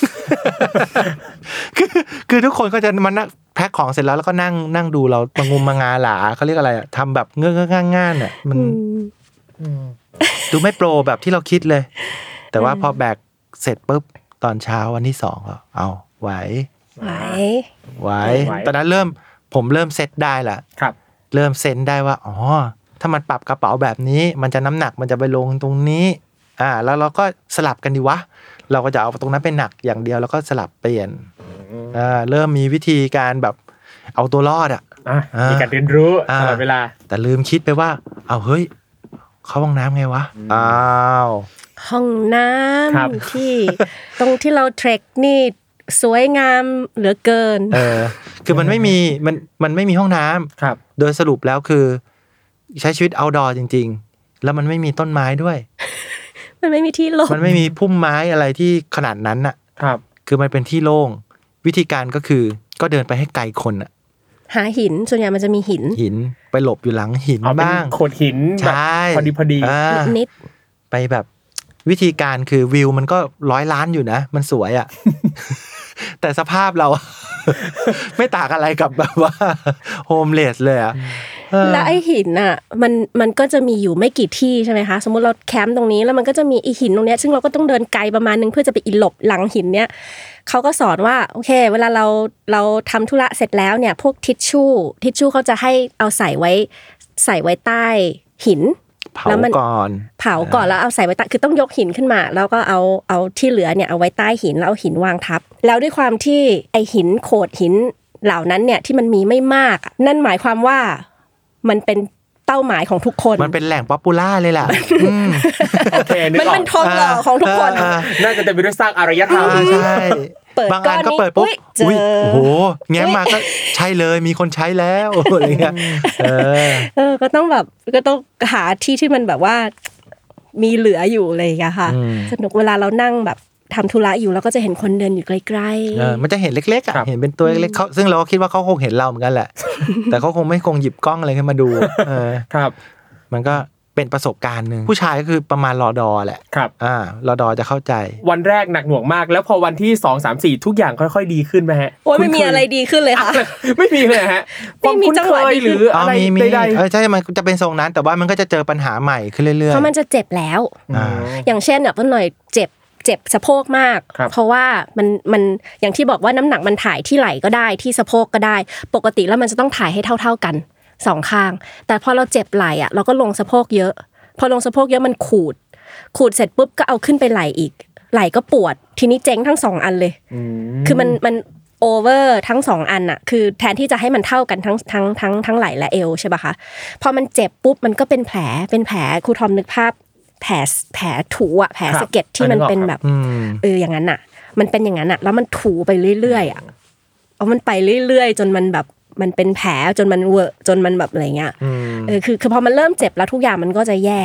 คือทุกคนก็จะมานั่งแพ็คของเสร็จแล้วก็นั่งดูเราประงมมางาหลาเขาเรียกอะไรอ่ะทำแบบเงื้อง่านๆเนี่ยมันดูไม่โปรแบบที่เราคิดเลยแต่ว่าพอแบกเสร็จปุ๊บตอนเช้าวันที่2ก็เอาไหวตอนนั้นผมเริ่มเซตได้ละเริ่มเซนได้ว่าอ๋อถ้ามันปรับกระเป๋าแบบนี้มันจะน้ำหนักมันจะไปลงตรงนี้แล้วเราก็สลับกันดีวะเราก็จะเอาตรงนั้นเป็นหนักอย่างเดียวแล้วก็สลับเปลี่ยนเริ่มมีวิธีการแบบเอาตัวรอดมีการเรียนรู้ตลอดเวลาแต่ลืมคิดไปว่าเอาเฮ้ยเข้าห้องน้ำไงวะห้องน้ำที่ตรงที่เราเทรคนี่สวยงามเหลือเกินคือมันไม่มีห้องน้ำโดยสรุปแล้วคือใช้ชีวิต outdoor จริงๆแล้วมันไม่มีต้นไม้ด้วยมันไม่มีที่โล่งมันไม่มีพุ่มไม้อะไรที่ขนาดนั้นน่ะคือมันเป็นที่โล่งวิธีการก็คือก็เดินไปให้ไกลคนอ่ะหาหินส่วนใหญ่มันจะมีหินไปหลบอยู่หลังหินบ้างโขดหินแบบพอดีนิดไปแบบวิธีการคือวิวมันก็100 ล้านอยู่นะมันสวยอ่ะ แต่สภาพเรา ไม่ต่างอะไรกับแบบว่าโฮมเลสเลยอ่ะแล้วไอ้หินอ่ะมันก็จะมีอยู่ไม่กี่ที่ใช่ไหมคะสมมติเราแคมป์ตรงนี้แล้วมันก็จะมีไอ้หินตรงเนี้ยซึ่งเราก็ต้องเดินไกลประมาณนึงเพื่อจะไปอิหลบหลังหินเนี้ยเขาก็สอนว่าโอเคเวลาเราทำธุระเสร็จแล้วเนี่ยพวกทิชชู่เขาจะให้เอาใส่ไว้ใต้หินเผาก่อนแล้วเอาใส่ไว้ใต้คือต้องยกหินขึ้นมาแล้วก็เอาที่เหลือเนี่ยเอาไว้ใต้หินแล้วเอาหินวางทับแล้วด้วยความที่ไอหินโขดหินเหล่านั้นเนี่ยที่มันมีไม่มากนั่นหมายความว่ามันเป็นเป้าหมายของทุกคนมันเป็นแหล่งป๊อปปูล่าเลยล่ะโอเคนึกออกมันเป็นทองหล่อของทุกคนน่าจะเป็นไปด้วยสร้างอารยธรรมใช่บางอันก็เปิดปุ๊บอุ้ยโอ้โหแง้มมาก็ใช่เลยมีคนใช้แล้วอะไรเงี้ยก็ต้องหาที่มันแบบว่ามีเหลืออยู่อะไรอย่างเงี้ยค่ะสนุกเวลาเรานั่งแบบทำธุระอยู่แล้วก็จะเห็นคนเดินอยู่ไกลๆมันจะเห็นเล็กๆอ่ะเห็นเป็นตัวเล็กๆเขาซึ่งเราก็คิดว่าเขาคงเห็นเราเหมือนกันแหละแต่เขาคงไม่หยิบกล้องอะไรขึ้นมาดูครับมันก็เป็นประสบการณ์นึงผู้ชายก็คือประมาณรอดอแหละครับรอดอจะเข้าใจวันแรกหนักหน่วงมากแล้วพอวันที่2 3 4ทุกอย่างค่อยๆดีขึ้นมั้ยฮะโอ้ยไม่มีอะไรดีขึ้นเลยค่ะไม่มีเลยฮะไม่มีจังหวะดีหรืออะไรใดๆใช่มันจะเป็นทรงนั้นแต่ว่ามันก็จะเจอปัญหาใหม่ขึ้นเรื่อยๆเพราะมันจะเจ็บแล้วอย่างเช่นแบบต้นหน่อยเจ็บสะโพกมากเพราะว่ามันอย่างที่บอกว่าน้ำหนักมันถ่ายที่ไหล่ก็ได้ที่สะโพกก็ได้ปกติแล้วมันจะต้องถ่ายให้เท่ากัน2ข้างแต่พอเราเจ็บไหล่อ่ะเราก็ลงสะโพกเยอะพอลงสะโพกเยอะมันขูดเสร็จปุ๊บก็เอาขึ้นไปไหล่อีกไหล่ก็ปวดทีนี้เจ๊งทั้ง2อันเลยคือมันโอเวอร์ทั้ง2อันน่ะคือแทนที่จะให้มันเท่ากันทั้งไหล่และเอวใช่ป่ะคะพอมันเจ็บปุ๊บมันก็เป็นแผลครูทอมนึกภาพแผลถูอ่ะแผลสะเก็ดที่มันเป็นแบบอย่างนั้นน่ะมันเป็นอย่างนั้นน่ะแล้วมันถูไปเรื่อยๆอ่ะเอามันไปเรื่อยๆจนมันแบบมันเป็นแผลจนมันเวอะจนมันแบบอะไรเงี้ยคือพอมันเริ่มเจ็บแล้วทุกอย่างมันก็จะแย่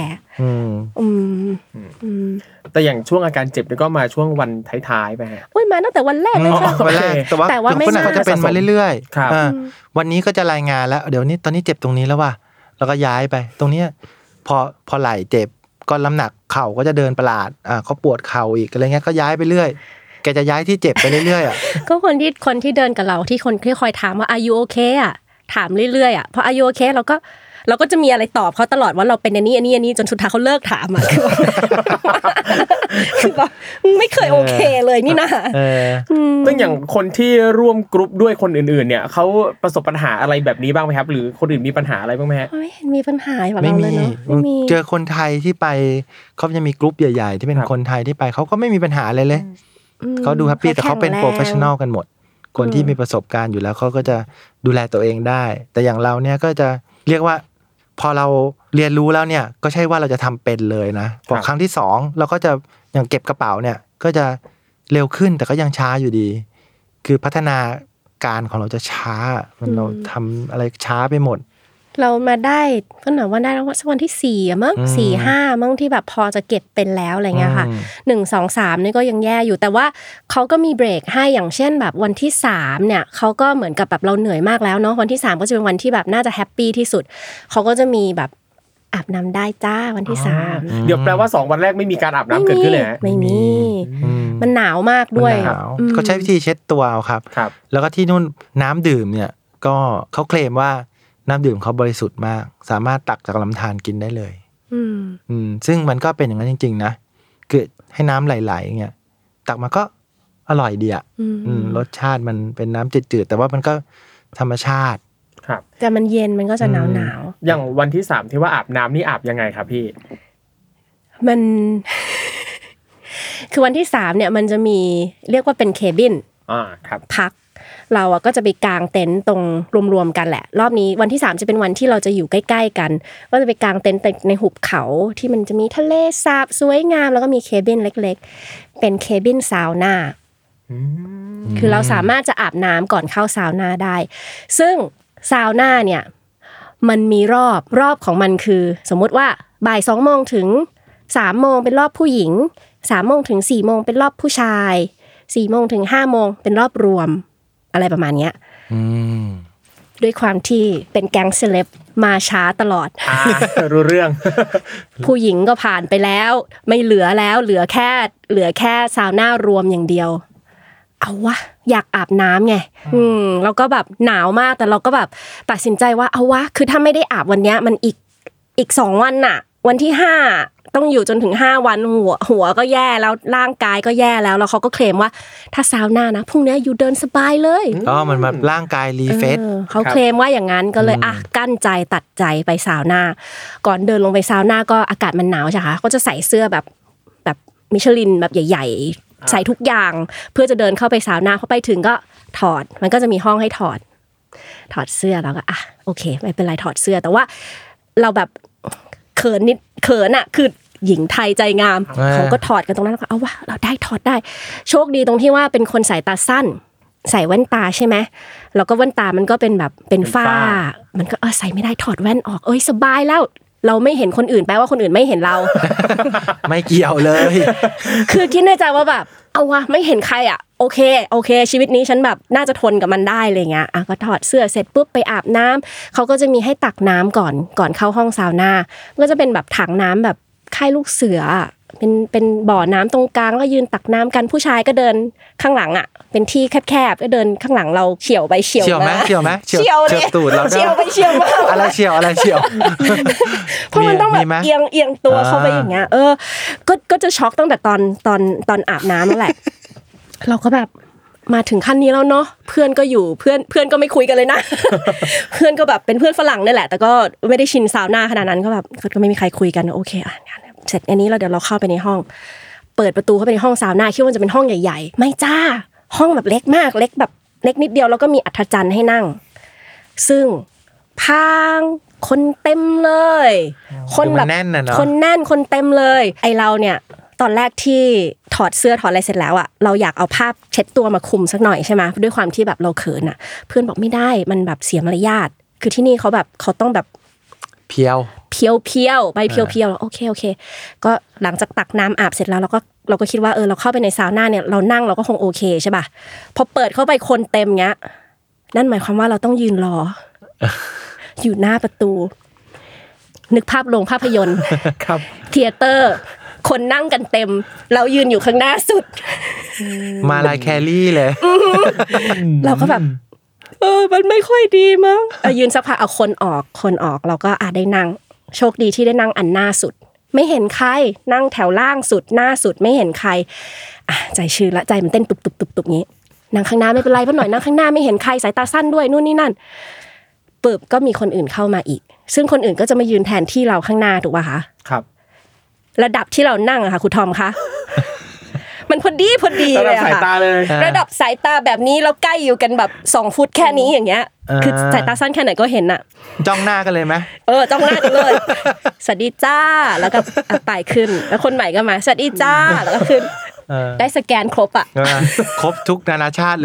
แต่อย่างช่วงอาการเจ็บนี่ก็มาช่วงวันท้ายๆไปฮะโอ้ยมาตั้งแต่วันแรกเลยค่ะวันแรกแต่ว่าไม่น่าจะเป็นมาเรื่อยๆวันนี้ก็จะรายงานแล้วเดี๋ยวนี้ตอนนี้เจ็บตรงนี้แล้วว่ะแล้วก็ย้ายไปตรงนี้พอไหล่เจ็บก็น้ำหนักเข่าก็จะเดินประหลาดเขาปวดเข่าอีกอะไรเงี้ยก็ย้ายไปเรื่อยแกจะย้ายที่เจ็บไปเรื่อยๆอ่ะก็คนที่เดินกับเราที่คนที่คอยถามว่า are you okay อ่ะถามเรื่อยๆอ่ะพอ are you okay เราก็จะมีอะไรตอบเขาตลอดว่าเราเป็นอันนี้จนสุดท้ายเขาเลิกถามอ่ะคือแบบไม่เคยโอเคเลยนี่นะซึ่งอย่างคนที่ร่วมกรุ๊ปด้วยคนอื่นๆเนี่ยเขาประสบปัญหาอะไรแบบนี้บ้างไหมครับหรือคนอื่นมีปัญหาอะไรบ้างไหมฮะไม่เห็นมีปัญหาแบบเราเลยเนาะไม่มีเจอคนไทยที่ไปเขาจะมีกรุ๊ปใหญ่ๆที่เป็นคนไทยที่ไปเขาก็ไม่มีปัญหาอะไรเลยเขาดูแฮปปี้แต่เขาเป็นโปรเฟสชั่นอลกันหมดคนที่มีประสบการณ์อยู่แล้วเขาก็จะดูแลตัวเองได้แต่อย่างเราเนี่ยก็จะเรียกว่าพอเราเรียนรู้แล้วเนี่ยก็ใช่ว่าเราจะทำเป็นเลยนะพอครั้งที่2เราก็จะอย่างเก็บกระเป๋าเนี่ยก็จะเร็วขึ้นแต่ก็ยังช้าอยู่ดีคือพัฒนาการของเราจะช้ามันเราทำอะไรช้าไปหมดเรามาได้ก็หนาว่าได้แล้วสักวันที่4มั้ง4-5มั้งที่แบบพอจะเก็บเป็นแล้วอะไรเงี้ยค่ะ1 2 3นี่ก็ยังแย่อยู่แต่ว่าเขาก็มีเบรกให้อย่างเช่นแบบวันที่3เนี่ยเขาก็เหมือนกับแบบเราเหนื่อยมากแล้วเนาะวันที่3ก็จะเป็นวันที่แบบน่าจะแฮปปี้ที่สุดเขาก็จะมีแบบอาบน้ำได้จ้าวันที่3 เดี๋ยวแปลว่า2วันแรกไม่มีการอาบน้ำเกิดขึ้นเลยไม่มีมันหนาวมากด้วยเขาใช้วิธีเช็ดตัวเอาครับแล้วก็ที่นู่นน้ำดื่มเนี่ยก็เขาเคลมว่าน้ำดื่มเขาบริสุทธิ์มากสามารถตักจากลำธารกินได้เลยซึ่งมันก็เป็นอย่างนั้นจริงๆนะคือให้น้ำไหลๆอย่างเงี้ยตักมาก็อร่อยดีอ่ะรสชาติมันเป็นน้ำจืดๆแต่ว่ามันก็ธรรมชาติครับแต่มันเย็นมันก็จะหนาวๆอย่างวันที่3ที่ว่าอาบน้ำนี่อาบยังไงครับพี่มัน คือวันที่3เนี่ยมันจะมีเรียกว่าเป็นเคบินครับพักเราอ่ะก็จะไปกางเต็นท์ตรงรวมๆกันแหละรอบนี้วันที่3จะเป็นวันที่เราจะอยู่ใกล้ๆกันก็จะไปกางเต็นท์ในหุบเขาที่มันจะมีทะเลสาบสวยงามแล้วก็มีเคบินเล็กๆเป็นเคบินซาวน่าคือเราสามารถจะอาบน้ำก่อนเข้าซาวน่าได้ซึ่งซาวน่าเนี่ยมันมีรอบของมันคือสมมุติว่าบ่าย 2 โมงถึง 3 โมงเป็นรอบผู้หญิง 3 โมงถึง 4 โมงเป็นรอบผู้ชาย 4 โมงถึง 5 โมงเป็นรอบรวมอะไรประมาณเนี้ยด้วยความที่เป็นแก๊งเซเลบมาช้าตลอดรู้เรื่องผู้หญิงก็ผ่านไปแล้วไม่เหลือแล้วเหลือแค่ซาวน่ารวมอย่างเดียวเอาวะอยากอาบน้ำไงแล้วก็แบบหนาวมากแต่เราก็แบบตัดสินใจว่าเอาวะคือถ้าไม่ได้อาบวันเนี้ยมันอีก2วันน่ะวันที่5ต้องอยู่จนถึง5วันหัวก็แย่แล้วร่างกายก็แย่แล้วเขาก็เคลมว่าถ้าซาวน่านะพรุ่งนี้อยู่เดินสบายเลยมันแบบร่างกายรีเฟรชเขาเคลมว่าอย่างนั้นก็เลยกั้นใจตัดใจไปซาวน่าก่อนเดินลงไปซาวน่าก็อากาศมันหนาวใช่คะก็จะใส่เสื้อแบบมิชลินแบบใหญ่ๆใส่ทุกอย่างเพื่อจะเดินเข้าไปซาวน่าพอไปถึงก็ถอดมันก็จะมีห้องให้ถอดเสื้อแล้วก็โอเคไม่เป็นไรถอดเสื้อแต่ว่าเราแบบเขินอ่ะคือหญิงไทยใจงามเขาก็ถอดกันตรงนั้นก็เอาวะเราได้ถอดได้โชคดีตรงที่ว่าเป็นคนสายตาสั้นใส่แว่นตาใช่ไหมแล้วก็แว่นตามันก็เป็นแบบเป็นฝ้ามันก็ใส่ไม่ได้ถอดแว่นออกสบายแล้วเราไม่เห็นคนอื่นแปลว่าคนอื่นไม่เห็นเราไม่เกี่ยวเลยคือคิดในใจว่าแบบเอาวะไม่เห็นใครอ่ะโอเคชีวิตนี้ฉันแบบน่าจะทนกับมันได้อะไรเงี้ยก็ถอดเสื้อเสร็จปุ๊บไปอาบน้ำเขาก็จะมีให้ตักน้ำก่อนเข้าห้องซาวน่าก็จะเป็นแบบถังน้ำแบบค่ายลูกเสือเป็นบ่อน้ำตรงกลางก็ยืนตักน้ำกันผู้ชายก็เดินข้างหลังอ่ะเป็นที่แคบๆก็เดินข้างหลังเราเฉี่ยวไปเฉี่ยวมาเฉี่ยวไหมเฉี่ยวตูดเราเฉี่ยวไปเฉี่ยวมาอะไรเฉี่ยวเพราะมันต้องแบบเอียงตัวเข้าไปอย่างเงี้ยก็จะช็อกตั้งแต่ตอนอาบน้ำนั่นแหละเราก็แบบมาถึงขั้นนี้แล้วเนาะเพื่อนก็อยู่เพื่อนก็ไม่คุยกันเลยนะ เพื่อนก็แบบเป็นเพื่อนฝรั่งนี่แหละแต่ก็ไม่ได้ชินซาวน่าขนาดนั้นก็แบบก็ไม่มีใครคุยกันโอเคเสร็จอันนี้เราเดี๋ยวเราเข้าไปในห้องเปิดประตูเข้าไปในห้องซาวน่าคิดว่าจะเป็นห้องใหญ่ๆไม่จ้าห้องแบบเล็กมากเล็กแบบเล็กนิดเดียวแล้วก็มีอัฐจันทร์ให้นั่งซึ่งพังคนเต็มเลยคนแบบคนแน่นคนเต็มเลยไอเราเนี่ยตอนแรกที่ถอดเสื้อถอดอะไรเสร็จแล้วอ่ะเราอยากเอาผ้าเช็ดตัวมาคลุมสักหน่อยใช่ไหมด้วยความที่แบบเราเขินอ่ะเพื่อนบอกไม่ได้มันแบบเสียมารยาทคือที่นี่เขาแบบเขาต้องแบบเพียวไปเพียวโอเคก็หลังจากตักน้ำอาบเสร็จแล้วเราก็คิดว่าเราเข้าไปในซาวน่าเนี่ยเรานั่งเราก็คงโอเคใช่ป่ะพอเปิดเข้าไปคนเต็มเงี้ยนั่นหมายความว่าเราต้องยืนรอ อยู่หน้าประตูนึกภาพโรงภาพยนตร์ครับเธียเตอร์คนนั่งกันเต็มเรายืนอยู่ข้างหน้าสุดมาลายแครี่เลยเราก็แบบมันไม่ค่อยดีมั้งยืนสักพักเอาคนออกเราก็ได้นั่งโชคดีที่ได้นั่งอันหน้าสุดไม่เห็นใครนั่งแถวล่างสุดหน้าสุดไม่เห็นใครใจชื้นละใจมันเต้นตุบๆๆๆงี้นั่งข้างหน้าไม่เป็นไรเพราะหน่อยนั่งข้างหน้าไม่เห็นใครสายตาสั้นด้วยนู่นนี่นั่นปึ๊บก็มีคนอื่นเข้ามาอีกซึ่งคนอื่นก็จะมายืนแทนที่เราข้างหน้าถูกป่ะคะครับระดับที่เรานั่งอะค่ะคุณทอมคะมันพอดีเลยค่ะระดับสายตาแบบนี้เราใกล้อยู่กันแบบ2ฟุตแค่นี้อย่างเงี้ยคือสายตาสั้นแค่ไหนก็เห็นน่ะจ้องหน้ากันเลยไหมจ้องหน้ากันเลยสวัสดีจ้าแล้วก็ไปขึ้นแล้วคนใหม่ก็มาสวัสดีจ้าแล้วก็ขึ้นได้สแกนครบอ่ะครบทุกนานาชาติเลย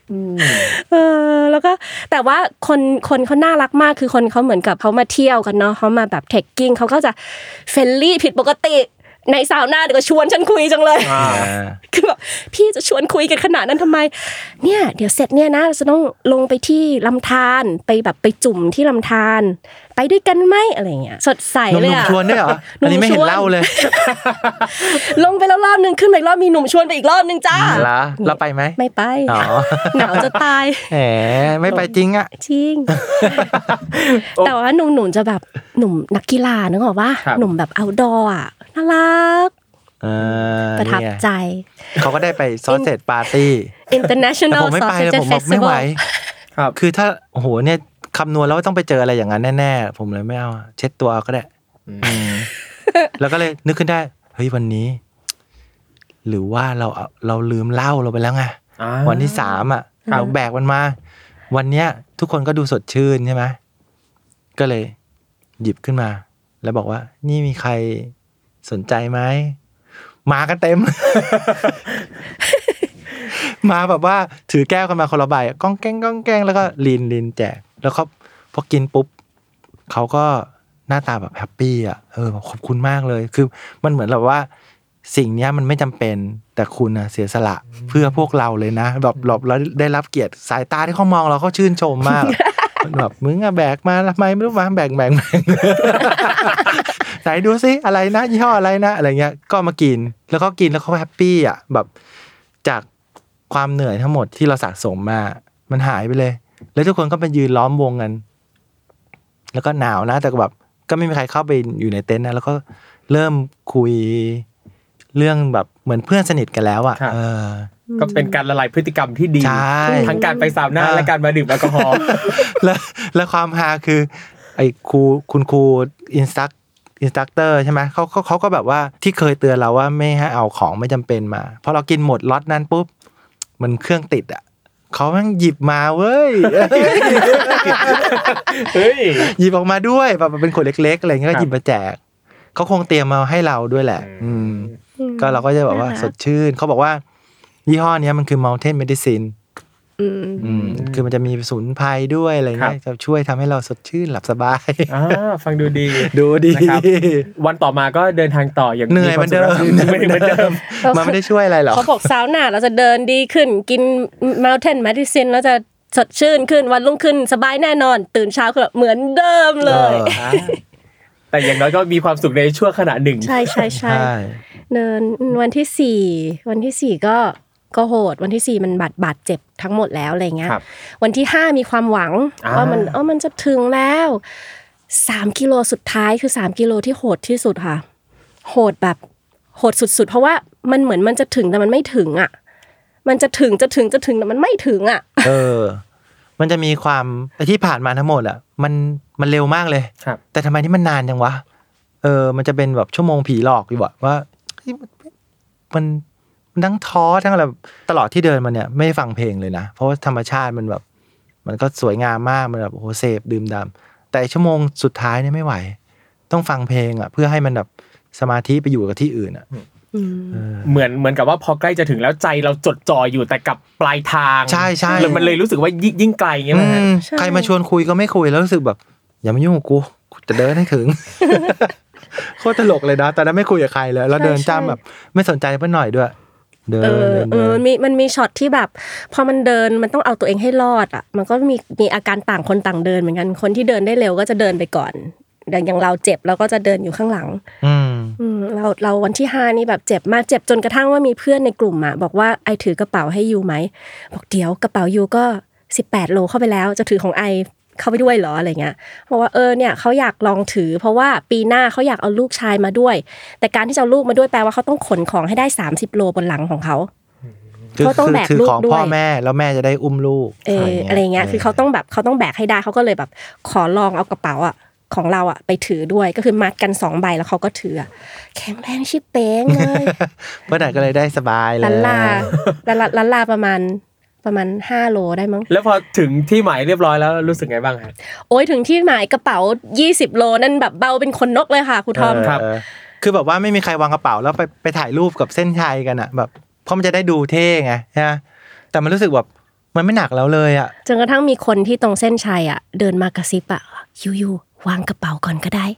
แล้วก็แต่ว่าคนเขาน่ารักมากคือคนเขาเหมือนกับเขามาเที่ยวกันเนาะเขามาแบบเทคกิ้งเขาก็จะเฟรนลี่ผิดปกติในซาวน่าเดี๋ยวก็ชวนฉันคุยจังเลยคือแบบพี่จะชวนคุยกันขนาดนั้นทำไมเนี่ยเดี๋ยวเสร็จเนี่ยนะจะต้องลงไปที่ลำธารไปแบบไปจุ่มที่ลำธารไปด้วยกันไหมอะไรเงี้ยสดใสเลยอ่ะหนุ่มชวนด้วยเหรออันนี้ไม่เห็นเล่าเลยลงไปแล้วรอบนึงขึ้นไปอีกรอบมีหนุ่มชวนไปอีกรอบนึงจ้าเราไปไหมไม่ไปหนาวจะตายไม่ไปจริงอ่ะจริงแต่ว่าหนุ่มจะแบบหนุ่มนักกีฬานึกออกป่ะหนุ่มแบบเอาท์ดอร์อ่ะน่ารักประทับใจเขาก็ได้ไปซอสเซจปาร์ตี้ International Sausage Festival ครับคือถ้าโอ้โหเนี่ยคำนวณแล้วต้องไปเจออะไรอย่างนั้นแน่ๆผมเลยไม่เอาเช็ดตัวก็ได้แล้วก็เลยนึกขึ้นได้เฮ้ยวันนี้หรือว่าเราลืมเหล้าเราไปแล้วไงวันที่3อ่ะเราแบกมันมาวันเนี้ยทุกคนก็ดูสดชื่นใช่ไหมก็เลยหยิบขึ้นมาแล้วบอกว่านี่มีใครสนใจไหมมากันเต็ม มาแบบว่าถือแก้วกันมาคนละใบก้องแก้งก้องแก้งแล้วก็ลีนแจกแล้วเขาพอกินปุ๊บเขาก็หน้าตาแบบแฮปปี้อ่ะขอบคุณมากเลยคือมันเหมือนแบบว่าสิ่งนี้มันไม่จำเป็นแต่คุณเสียสละเพื่อพวกเราเลยนะแบบแล้วได้รับเกียรติสายตาที่เขามองเราเขาชื่นชมมากแบบมึงอะแบกมาทำไมไม่รู้มาแบกไหนดูซิอะไรนะยี่ห้ออะไรนะอะไรเงี้ยก็มากินแล้วเขากินแล้วเขาแฮปปี้อ่ะแบบจากความเหนื่อยทั้งหมดที่เราสะสมมามันหายไปเลยแล้วทุกคนก็ไปยืนล้อมวงกันแล้วก็หนาวนะแต่แบบก็ไม่มีใครเข้าไปอยู่ในเต็นท์นะแล้วก็เริ่มคุยเรื่องแบบเหมือนเพื่อนสนิทกันแล้วอ่ะก็เป็นการละลายพฤติกรรมที่ดีทั้งการไปซาวน่าและการมาดื่มแอลกอฮอล์แล้วความฮาคือไอ้คุณครูอินสตัคเตอร์ใช่ไหมเขาก็แบบว่าที่เคยเตือนเราว่าไม่ให้เอาของไม่จำเป็นมาพอเรากินหมดล็อตนั้นปุ๊บมันเครื่องติดอ่ะเขาแม่งหยิบมาเว้ยหยิบออกมาด้วยแบบเป็นขวดเล็กๆอะไรเงี้ยก็หยิบมาแจกเขาคงเตรียมมาให้เราด้วยแหละก็เราก็จะแบบว่าสดชื่นเขาบอกว่ายี่ห้อนี้มันคือ Mountain Medicine คือมันจะมีสมุนไพรด้วยอะไรเงี้ยจะช่วยทำให้เราสดชื่นหลับสบายฟังดูดีนะครับวันต่อมาก็เดินทางต่ออย่างเหนื่อยเหมือนเดิมมันไม่ได้ช่วยอะไรหรอกเขาบอกซาวน่าเราจะเดินดีขึ้นกิน Mountain Medicine แล้วจะสดชื่นขึ้นวันรุ่งขึ้นสบายแน่นอนตื่นเช้าคือเหมือนเดิมเลยแต่อย่างน้อยก็มีความสุขในช่วงขณะหนึ่งใช่เดินวันที่4ก็โหดวันที่4มันบาดเจ็บทั้งหมดแล้วอะไรเงี้ยวันที่5มีความหวังว่ามันจะถึงแล้ว3กิโลสุดท้ายคือ3กิโลที่โหดที่สุดค่ะโหดแบบโหดสุดๆเพราะว่ามันเหมือนมันจะถึงแต่มันไม่ถึงอ่ะมันจะถึงแต่มันไม่ถึงอ่ะมันจะมีความที่ผ่านมาทั้งหมดอ่ะมันเร็วมากเลยแต่ทำไมที่มันนานจังวะมันจะเป็นแบบชั่วโมงผีหลอกอยู่ว่ามันทั้งท้อทั้งอะไรตลอดที่เดินมาเนี่ยไม่ฟังเพลงเลยนะเพราะว่าธรรมชาติมันแบบมันก็สวยงามมากมันแบบโอ้โหเสพดื่มด่ำแต่ชั่วโมงสุดท้ายเนี่ยไม่ไหวต้องฟังเพลงอ่ะเพื่อให้มันแบบสมาธิไปอยู่กับที่อื่นอ่ะเหมือนกับว่าพอใกล้จะถึงแล้วใจเราจดจ่ออยู่แต่กับปลายทางใช่มันเลยรู้สึกว่ายิ่งไกลเงี้ยใครมาชวนคุยก็ไม่คุยแล้วรู้สึกแบบอย่ามายุ่งกับกูจะเดินให้ถึงโคตรตลกเลยนะแต่นั้นไม่คุยกับใครเลยแล้วเดินจ้ำแบบไม่สนใจเพื่อนหน่อยด้วยมันมีช็อตที่แบบพอมันเดินมันต้องเอาตัวเองให้รอดอ่ะมันก็มีอาการต่างคนต่างเดินเหมือนกันคนที่เดินได้เร็วก็จะเดินไปก่อนอย่างเราเจ็บเราก็จะเดินอยู่ข้างหลังเราวันที่5นี่แบบเจ็บมากเจ็บจนกระทั่งว่ามีเพื่อนในกลุ่มอ่ะบอกว่าไอถือกระเป๋าให้ยูไหมบอกเดี๋ยวกระเป๋ายูก็18โลเข้าไปแล้วจะถือของไอเข้าไปด้วยเหรออะไรเงี้ยเพราะว่าเนี่ยเขาอยากลองถือเพราะว่าปีหน้าเขาอยากเอาลูกชายมาด้วยแต่การที่จะเอาลูกมาด้วยแปลว่าเขาต้องขนของให้ได้30โลบนหลังของเขาเขาต้องแบกลูกด้วยพ่อแม่แล้วแม่จะได้อุ้มลูกอะไรเงี้ยคือเขาต้องแบกให้ได้เขาก็เลยแบบขอลองเอากระเป๋าอ่ะของเราอ่ะไปถือด้วยก็คือมัดกัน2ใบแล้วเขาก็ถือแข็งแรงชิบเป้งเลยเมื่อไหร่ก็เลยได้สบายเลยลันลาประมาณ5โลได้มั้งแล้วพอถึงที่หมายเรียบร้อยแล้วรู้สึกไงบ้างครับโอ้ยถึงที่หมายกระเป๋า20โลนั่นแบบเบาเป็นคนนกเลยค่ะครูทอมครับคือแบบว่าไม่มีใครวางกระเป๋าแล้วไปถ่ายรูปกับเส้นชัยกันอ่ะแบบเพราะมันจะได้ดูเท่ไงใช่มั้ยแต่มันรู้สึกแบบมันไม่หนักแล้วเลยอ่ะจนกระทั่งมีคนที่ตรงเส้นชัยอ่ะเดินมากระซิบอ่ะยูวางกระเป๋าก่อนก็ได้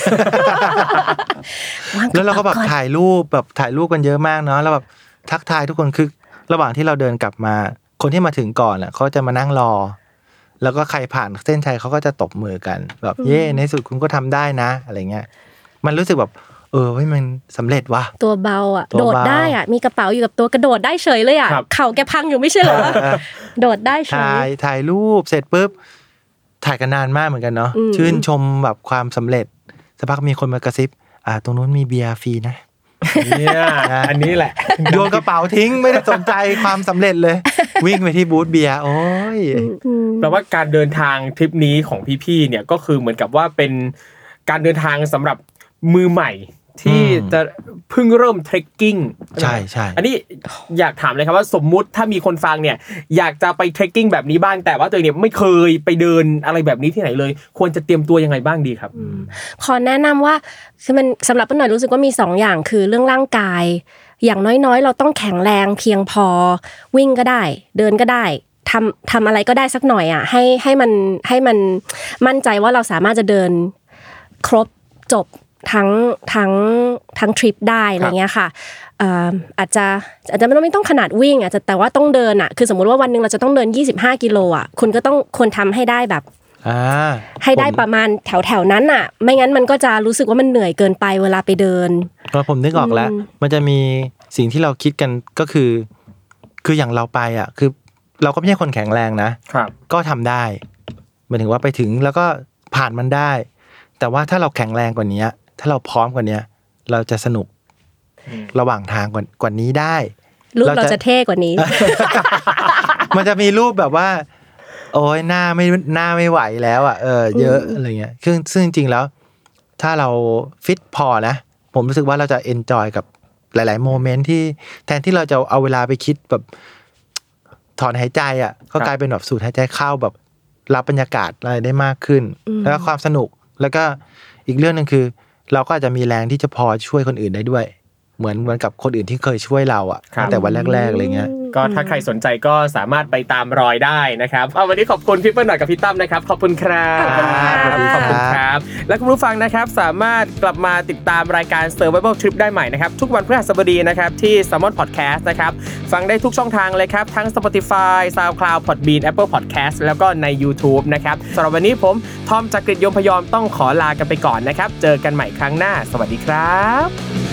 แล้วเราก็แบบถ่ายรูปกันเยอะมากเนาะแล้วแบบทักทายทุกคนคือระหว่างที่เราเดินกลับมาคนที่มาถึงก่อนอ่ะเขาจะมานั่งรอแล้วก็ใครผ่านเส้นชัยเขาก็จะตบมือกันแบบเย่ในสุดคุณก็ทำได้นะอะไรเงี้ยมันรู้สึกแบบเฮ้ยมันสำเร็จว่ะตัวเบาอ่ะโดดได้อ่ะมีกระเป๋าอยู่กับตัวกระโดดได้เฉยเลยอ่ะเข่าแกพังอยู่ไม่ใช่เหรอโดดได้เฉยถ่ายรูปเสร็จปุ๊บถ่ายกันนานมากเหมือนกันเนาะชื่นชมแบบความสำเร็จสักพักมีคนมากระซิบตรงนู้นมีเบียร์ฟรีนะเนี่ยอันนี้แหละโยนกระเป๋าทิ้งไม่ได้สนใจความสำเร็จเลยวิ่งไปที่บูธเบียร์โอ้ยแปลว่าการเดินทางทริปนี้ของพี่ๆเนี่ยก็คือเหมือนกับว่าเป็นการเดินทางสำหรับมือใหม่ที่จะเพิ่งเริ่มเทรคกิ้งใช่อันนี้อยากถามเลยครับว่าสมมุติถ้ามีคนฟังเนี่ยอยากจะไปเทรคกิ้งแบบนี้บ้างแต่ว่าตัวเองเนี่ยไม่เคยไปเดินอะไรแบบนี้ที่ไหนเลยควรจะเตรียมตัวยังไงบ้างดีครับขอแนะนำว่าคือมันสำหรับป้าหน่อยรู้สึกว่ามี2อย่างคือเรื่องร่างกายอย่างน้อยๆเราต้องแข็งแรงเพียงพอวิ่งก็ได้เดินก็ได้ทำอะไรก็ได้สักหน่อยอ่ะให้มันมั่นใจว่าเราสามารถจะเดินครบจบทั้งทริปได้อะไรเงี้ยค่ะอาจจะไม่ต้องขนาดวิ่งอาจจะแต่ว่าต้องเดินอ่ะคือสมมุติว่าวันนึงเราจะต้องเดิน25กิโลอ่ะคุณก็ต้องควรทำให้ได้แบบให้ได้ประมาณแถวนั้นอ่ะไม่งั้นมันก็จะรู้สึกว่ามันเหนื่อยเกินไปเวลาไปเดินก็ผมนึกออกแล้วมันจะมีสิ่งที่เราคิดกันก็คืออย่างเราไปอ่ะคือเราก็ไม่ใช่คนแข็งแรงนะครับก็ทำได้หมายถึงว่าไปถึงแล้วก็ผ่านมันได้แต่ว่าถ้าเราแข็งแรงกว่านี้ถ้าเราพร้อมกว่านี้เราจะสนุกระหว่างทางกว่านี้ได้รูปเราจะเท่กว่านี้มันจะมีรูปแบบว่าโอ้ยหน้าไม่ไหวแล้วอ่ะเยอะอะไรเงี้ยซึ่งจริงๆแล้วถ้าเราฟิตพอนะผมรู้สึกว่าเราจะเอนจอยกับหลายๆโมเมนต์ที่แทนที่เราจะเอาเวลาไปคิดแบบถอนหายใจอ่ะก็กลายเป็นแบบสูดหายใจเข้าแบบรับบรรยากาศอะไรได้มากขึ้นแล้วก็ความสนุกแล้วก็อีกเรื่องนึงคือเราก็อาจจะมีแรงที่จะพอช่วยคนอื่นได้ด้วยเหมือนกับคนอื่นที่เคยช่วยเราอ่ะแต่วันแรกๆอะไรเงี้ยก็ถ้าใครสนใจก็สามารถไปตามรอยได้นะครับวันนี้ขอบคุณพี่เปิ้ลหน่อยกับพี่ตั้มนะครับขอบคุณครับขอบคุณครับและคุณผู้ฟังนะครับสามารถกลับมาติดตามรายการ Survival Trip ได้ใหม่นะครับทุกวันพฤหัสบดีนะครับที่ Salmon Podcast นะครับฟังได้ทุกช่องทางเลยครับทั้ง Spotify SoundCloud Podbean Apple Podcast แล้วก็ใน YouTube นะครับสำหรับวันนี้ผมทอมจักริดยมพยอมต้องขอลากันไปก่อนนะครับเจอกันใหม่ครั้งหน้าสวัสดีครับ